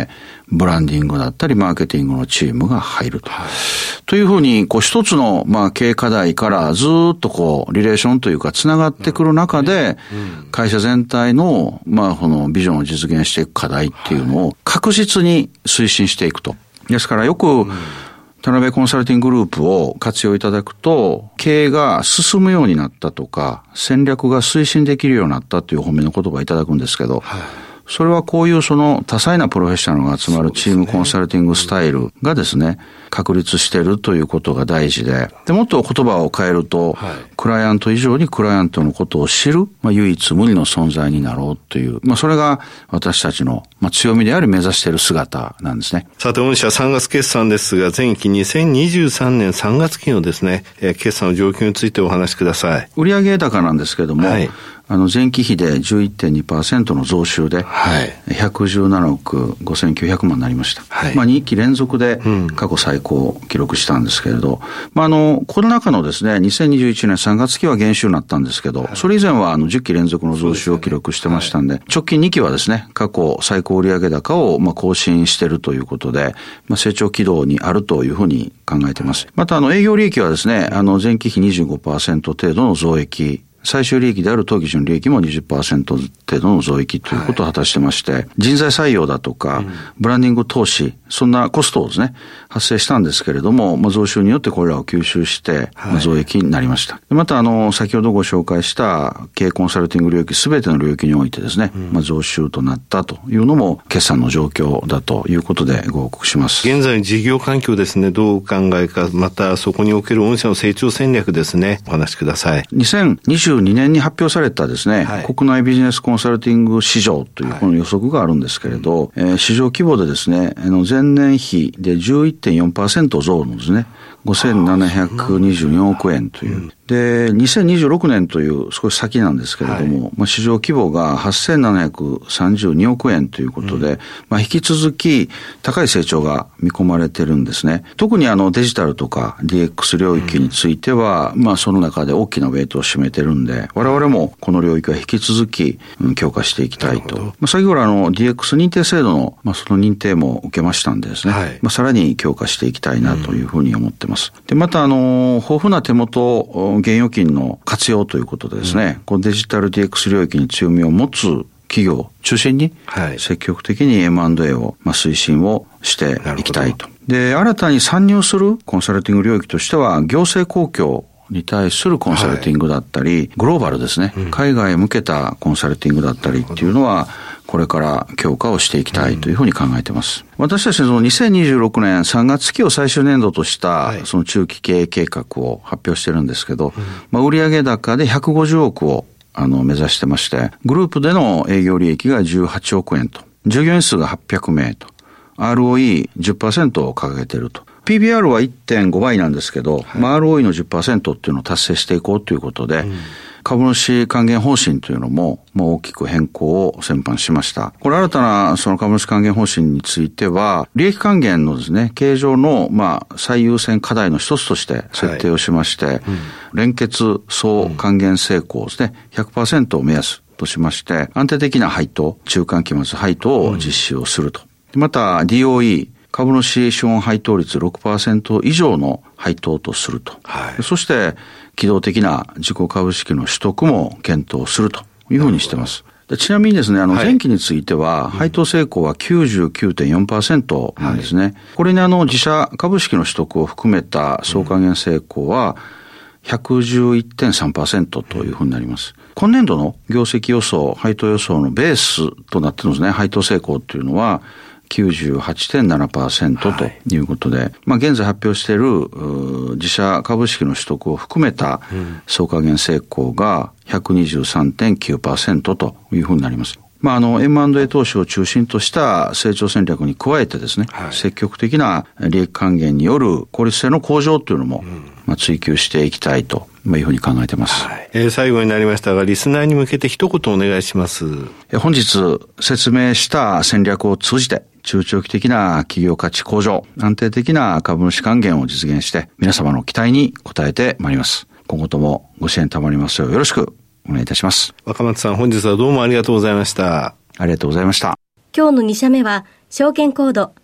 Speaker 5: ブランディングだったりマーケティングのチームが入ると。はい、というふうに、こう一つの、まあ、経営課題からずっとこう、リレーションというか繋がってくる中で、会社全体の、まあ、このビジョンを実現していく課題っていうのを確実に推進していくと。ですからよく、田辺コンサルティンググループを活用いただくと、経営が進むようになったとか、戦略が推進できるようになったという褒めの言葉をいただくんですけど、はい、それはこういうその多彩なプロフェッショナルが集まるチームコンサルティングスタイルがですね、確立しているということが大事で、でもっと言葉を変えると、はい、クライアント以上にクライアントのことを知る、まあ、唯一無二の存在になろうという、まあ、それが私たちの、まあ、強みであり目指している姿なんですね。
Speaker 1: さて、御社さんがつ決算ですが、前期にせんにじゅうさんねんさんがつ期のですね、えー、決算の状況についてお話しください。
Speaker 5: 売上高なんですけども、はい、あの前期比で じゅういってんにパーセント の増収で、はい、ひゃくじゅうななおくごせんきゅうひゃくまんになりました。はい、まあ、にき連続で過去最高を記録したんですけれど、うん、まあ、あの、コロナ禍のですね、にせんにじゅういちねんさんがつ期は減収になったんですけど、はい、それ以前はあのじゅっき連続の増収を記録してましたんで、でね、はい、直近にきはですね、過去最高売上高をまあ更新しているということで、まあ、成長軌道にあるというふうに考えています。またあの営業利益はですね、あの前期比 にじゅうごパーセント 程度の増益、最終利益である当期純利益も にじゅっパーセント 程度の増益ということを果たしてまして、はい、人材採用だとか、うん、ブランディング投資、そんなコストをですね、発生したんですけれども、まあ、増収によってこれらを吸収して、まあ、増益になりました。また、あの、先ほどご紹介した経営コンサルティング領域すべての領域においてですね、うん、まあ、増収となったというのも、決算の状況だということでご報告します。
Speaker 1: 現在の事業環境ですね、どうお考えか、またそこにおける御社の成長戦略ですね、お話しください。
Speaker 5: にせんにじゅうにねんに発表されたですね、はい、国内ビジネスコンサルティング市場というこの予測があるんですけれど、はい、えー、市場規模でですね、あの前年比で じゅういってんよんパーセント 増のですね、ごせんななひゃくにじゅうよんおくえんという、うん、でにせんにじゅうろくねんという少し先なんですけれども、はい、まあ、市場規模がはっせんななひゃくさんじゅうにおくえんということで、うん、まあ、引き続き高い成長が見込まれてるんですね。特にあのデジタルとか ディーエックス 領域については、うん、まあ、その中で大きなウェイトを占めてるんで、我々もこの領域は引き続き、うん、強化していきたいと。まあ、先ほどあの ディーエックス 認定制度の、まあ、その認定も受けましたんでですね、はい、まあ、さらに強化していきたいなというふうに思ってます。で、またあの豊富な手元現預金の活用ということでですね、うん、このデジタル ディーエックス 領域に強みを持つ企業を中心に積極的に エムアンドエー をまあ推進をしていきたいと。で、新たに参入するコンサルティング領域としては、行政公共に対するコンサルティングだったり、はい、グローバルですね、うん、海外へ向けたコンサルティングだったりっていうのは、これから強化をしていきたいというふうに考えています。うん、私たちのにせんにじゅうろくねんさんがつ期を最終年度としたその中期経営計画を発表してるんですけど、うん、まあ、売上高でひゃくごじゅうおくをあの目指してまして、グループでの営業利益がじゅうはちおくえんと、従業員数がはっぴゃくめいと、アールオーイーじゅっパーセント を掲げていると。ピービーアール はいってんごばいなんですけど、はい、まあ、アールオーイー の じゅっパーセント っていうのを達成していこうということで、うん、株主還元方針というのも、まあ、大きく変更を先般しました。これ新たなその株主還元方針については、利益還元のですね、経営上のまあ最優先課題の一つとして設定をしまして、はい、うん、連結総還元成功ですね、ひゃくパーセント を目安としまして、安定的な配当、中間期末配当を実施をすると。うん、また ディーオーイー、株主資本配当率 ろくパーセント 以上の配当とすると。はい、そして、機動的な自己株式の取得も検討するというふうにしています。で、ちなみにですね、あの前期については、配当成功は きゅうじゅうきゅうてんよんパーセント なんですね。はい、これにあの自社株式の取得を含めた総還元成功は ひゃくじゅういってんさんパーセント というふうになります。今年度の業績予想、配当予想のベースとなっているんですね。配当成功というのは、きゅうじゅうはちてんななパーセント ということで、はい、まあ現在発表している自社株式の取得を含めた総還元成功が ひゃくにじゅうさんてんきゅうパーセント というふうになります。まああの エムアンドエー 投資を中心とした成長戦略に加えてですね、はい、積極的な利益還元による効率性の向上というのも、うん、まあ追求していきたいというふうに考えています。
Speaker 1: はい、えー、最後になりましたが、リスナーに向けて一言お願いします。
Speaker 5: 本日説明した戦略を通じて、中長期的な企業価値向上、安定的な株主還元を実現して、皆様の期待に応えてまいります。今後ともご支援賜りますようよろしくお願いいたします。
Speaker 1: 若松さん、本日はどうもありがとうございました。
Speaker 5: ありがとうございました。
Speaker 2: 今日のに社目は、証券コード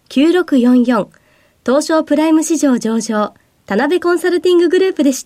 Speaker 2: きゅうろくよんよん、東証プライム市場上場、田辺コンサルティンググループでした。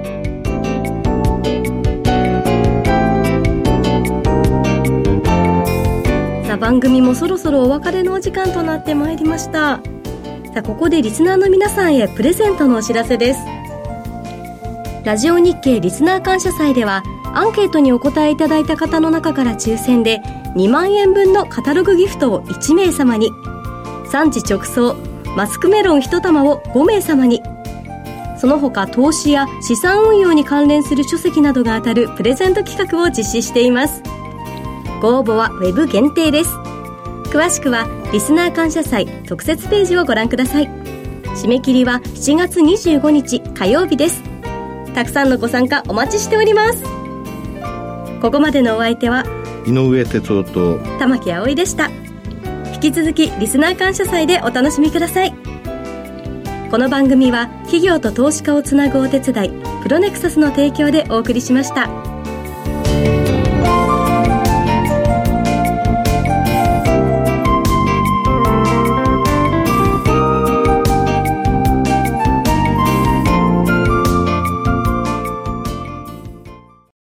Speaker 2: さあ、番組もそろそろお別れのお時間となってまいりました。さあ、ここでリスナーの皆さんへプレゼントのお知らせです。ラジオ日経リスナー感謝祭では、アンケートにお答えいただいた方の中から抽選でにまんえんぶんのカタログギフトをいちめいさまに、産地直送マスクメロンいち玉をごめいさまに、その他投資や資産運用に関連する書籍などが当たるプレゼント企画を実施しています。ご応募はウェブ限定です。詳しくはリスナー感謝祭特設ページをご覧ください。締め切りはしちがつにじゅうごにち火曜日です。たくさんのご参加お待ちしております。ここまでのお相手は
Speaker 1: 井上哲夫と
Speaker 2: 玉木葵でした。引き続きリスナー感謝祭でお楽しみください。この番組は企業と投資家をつなぐお手伝いプロネクサスの提供でお送りしました。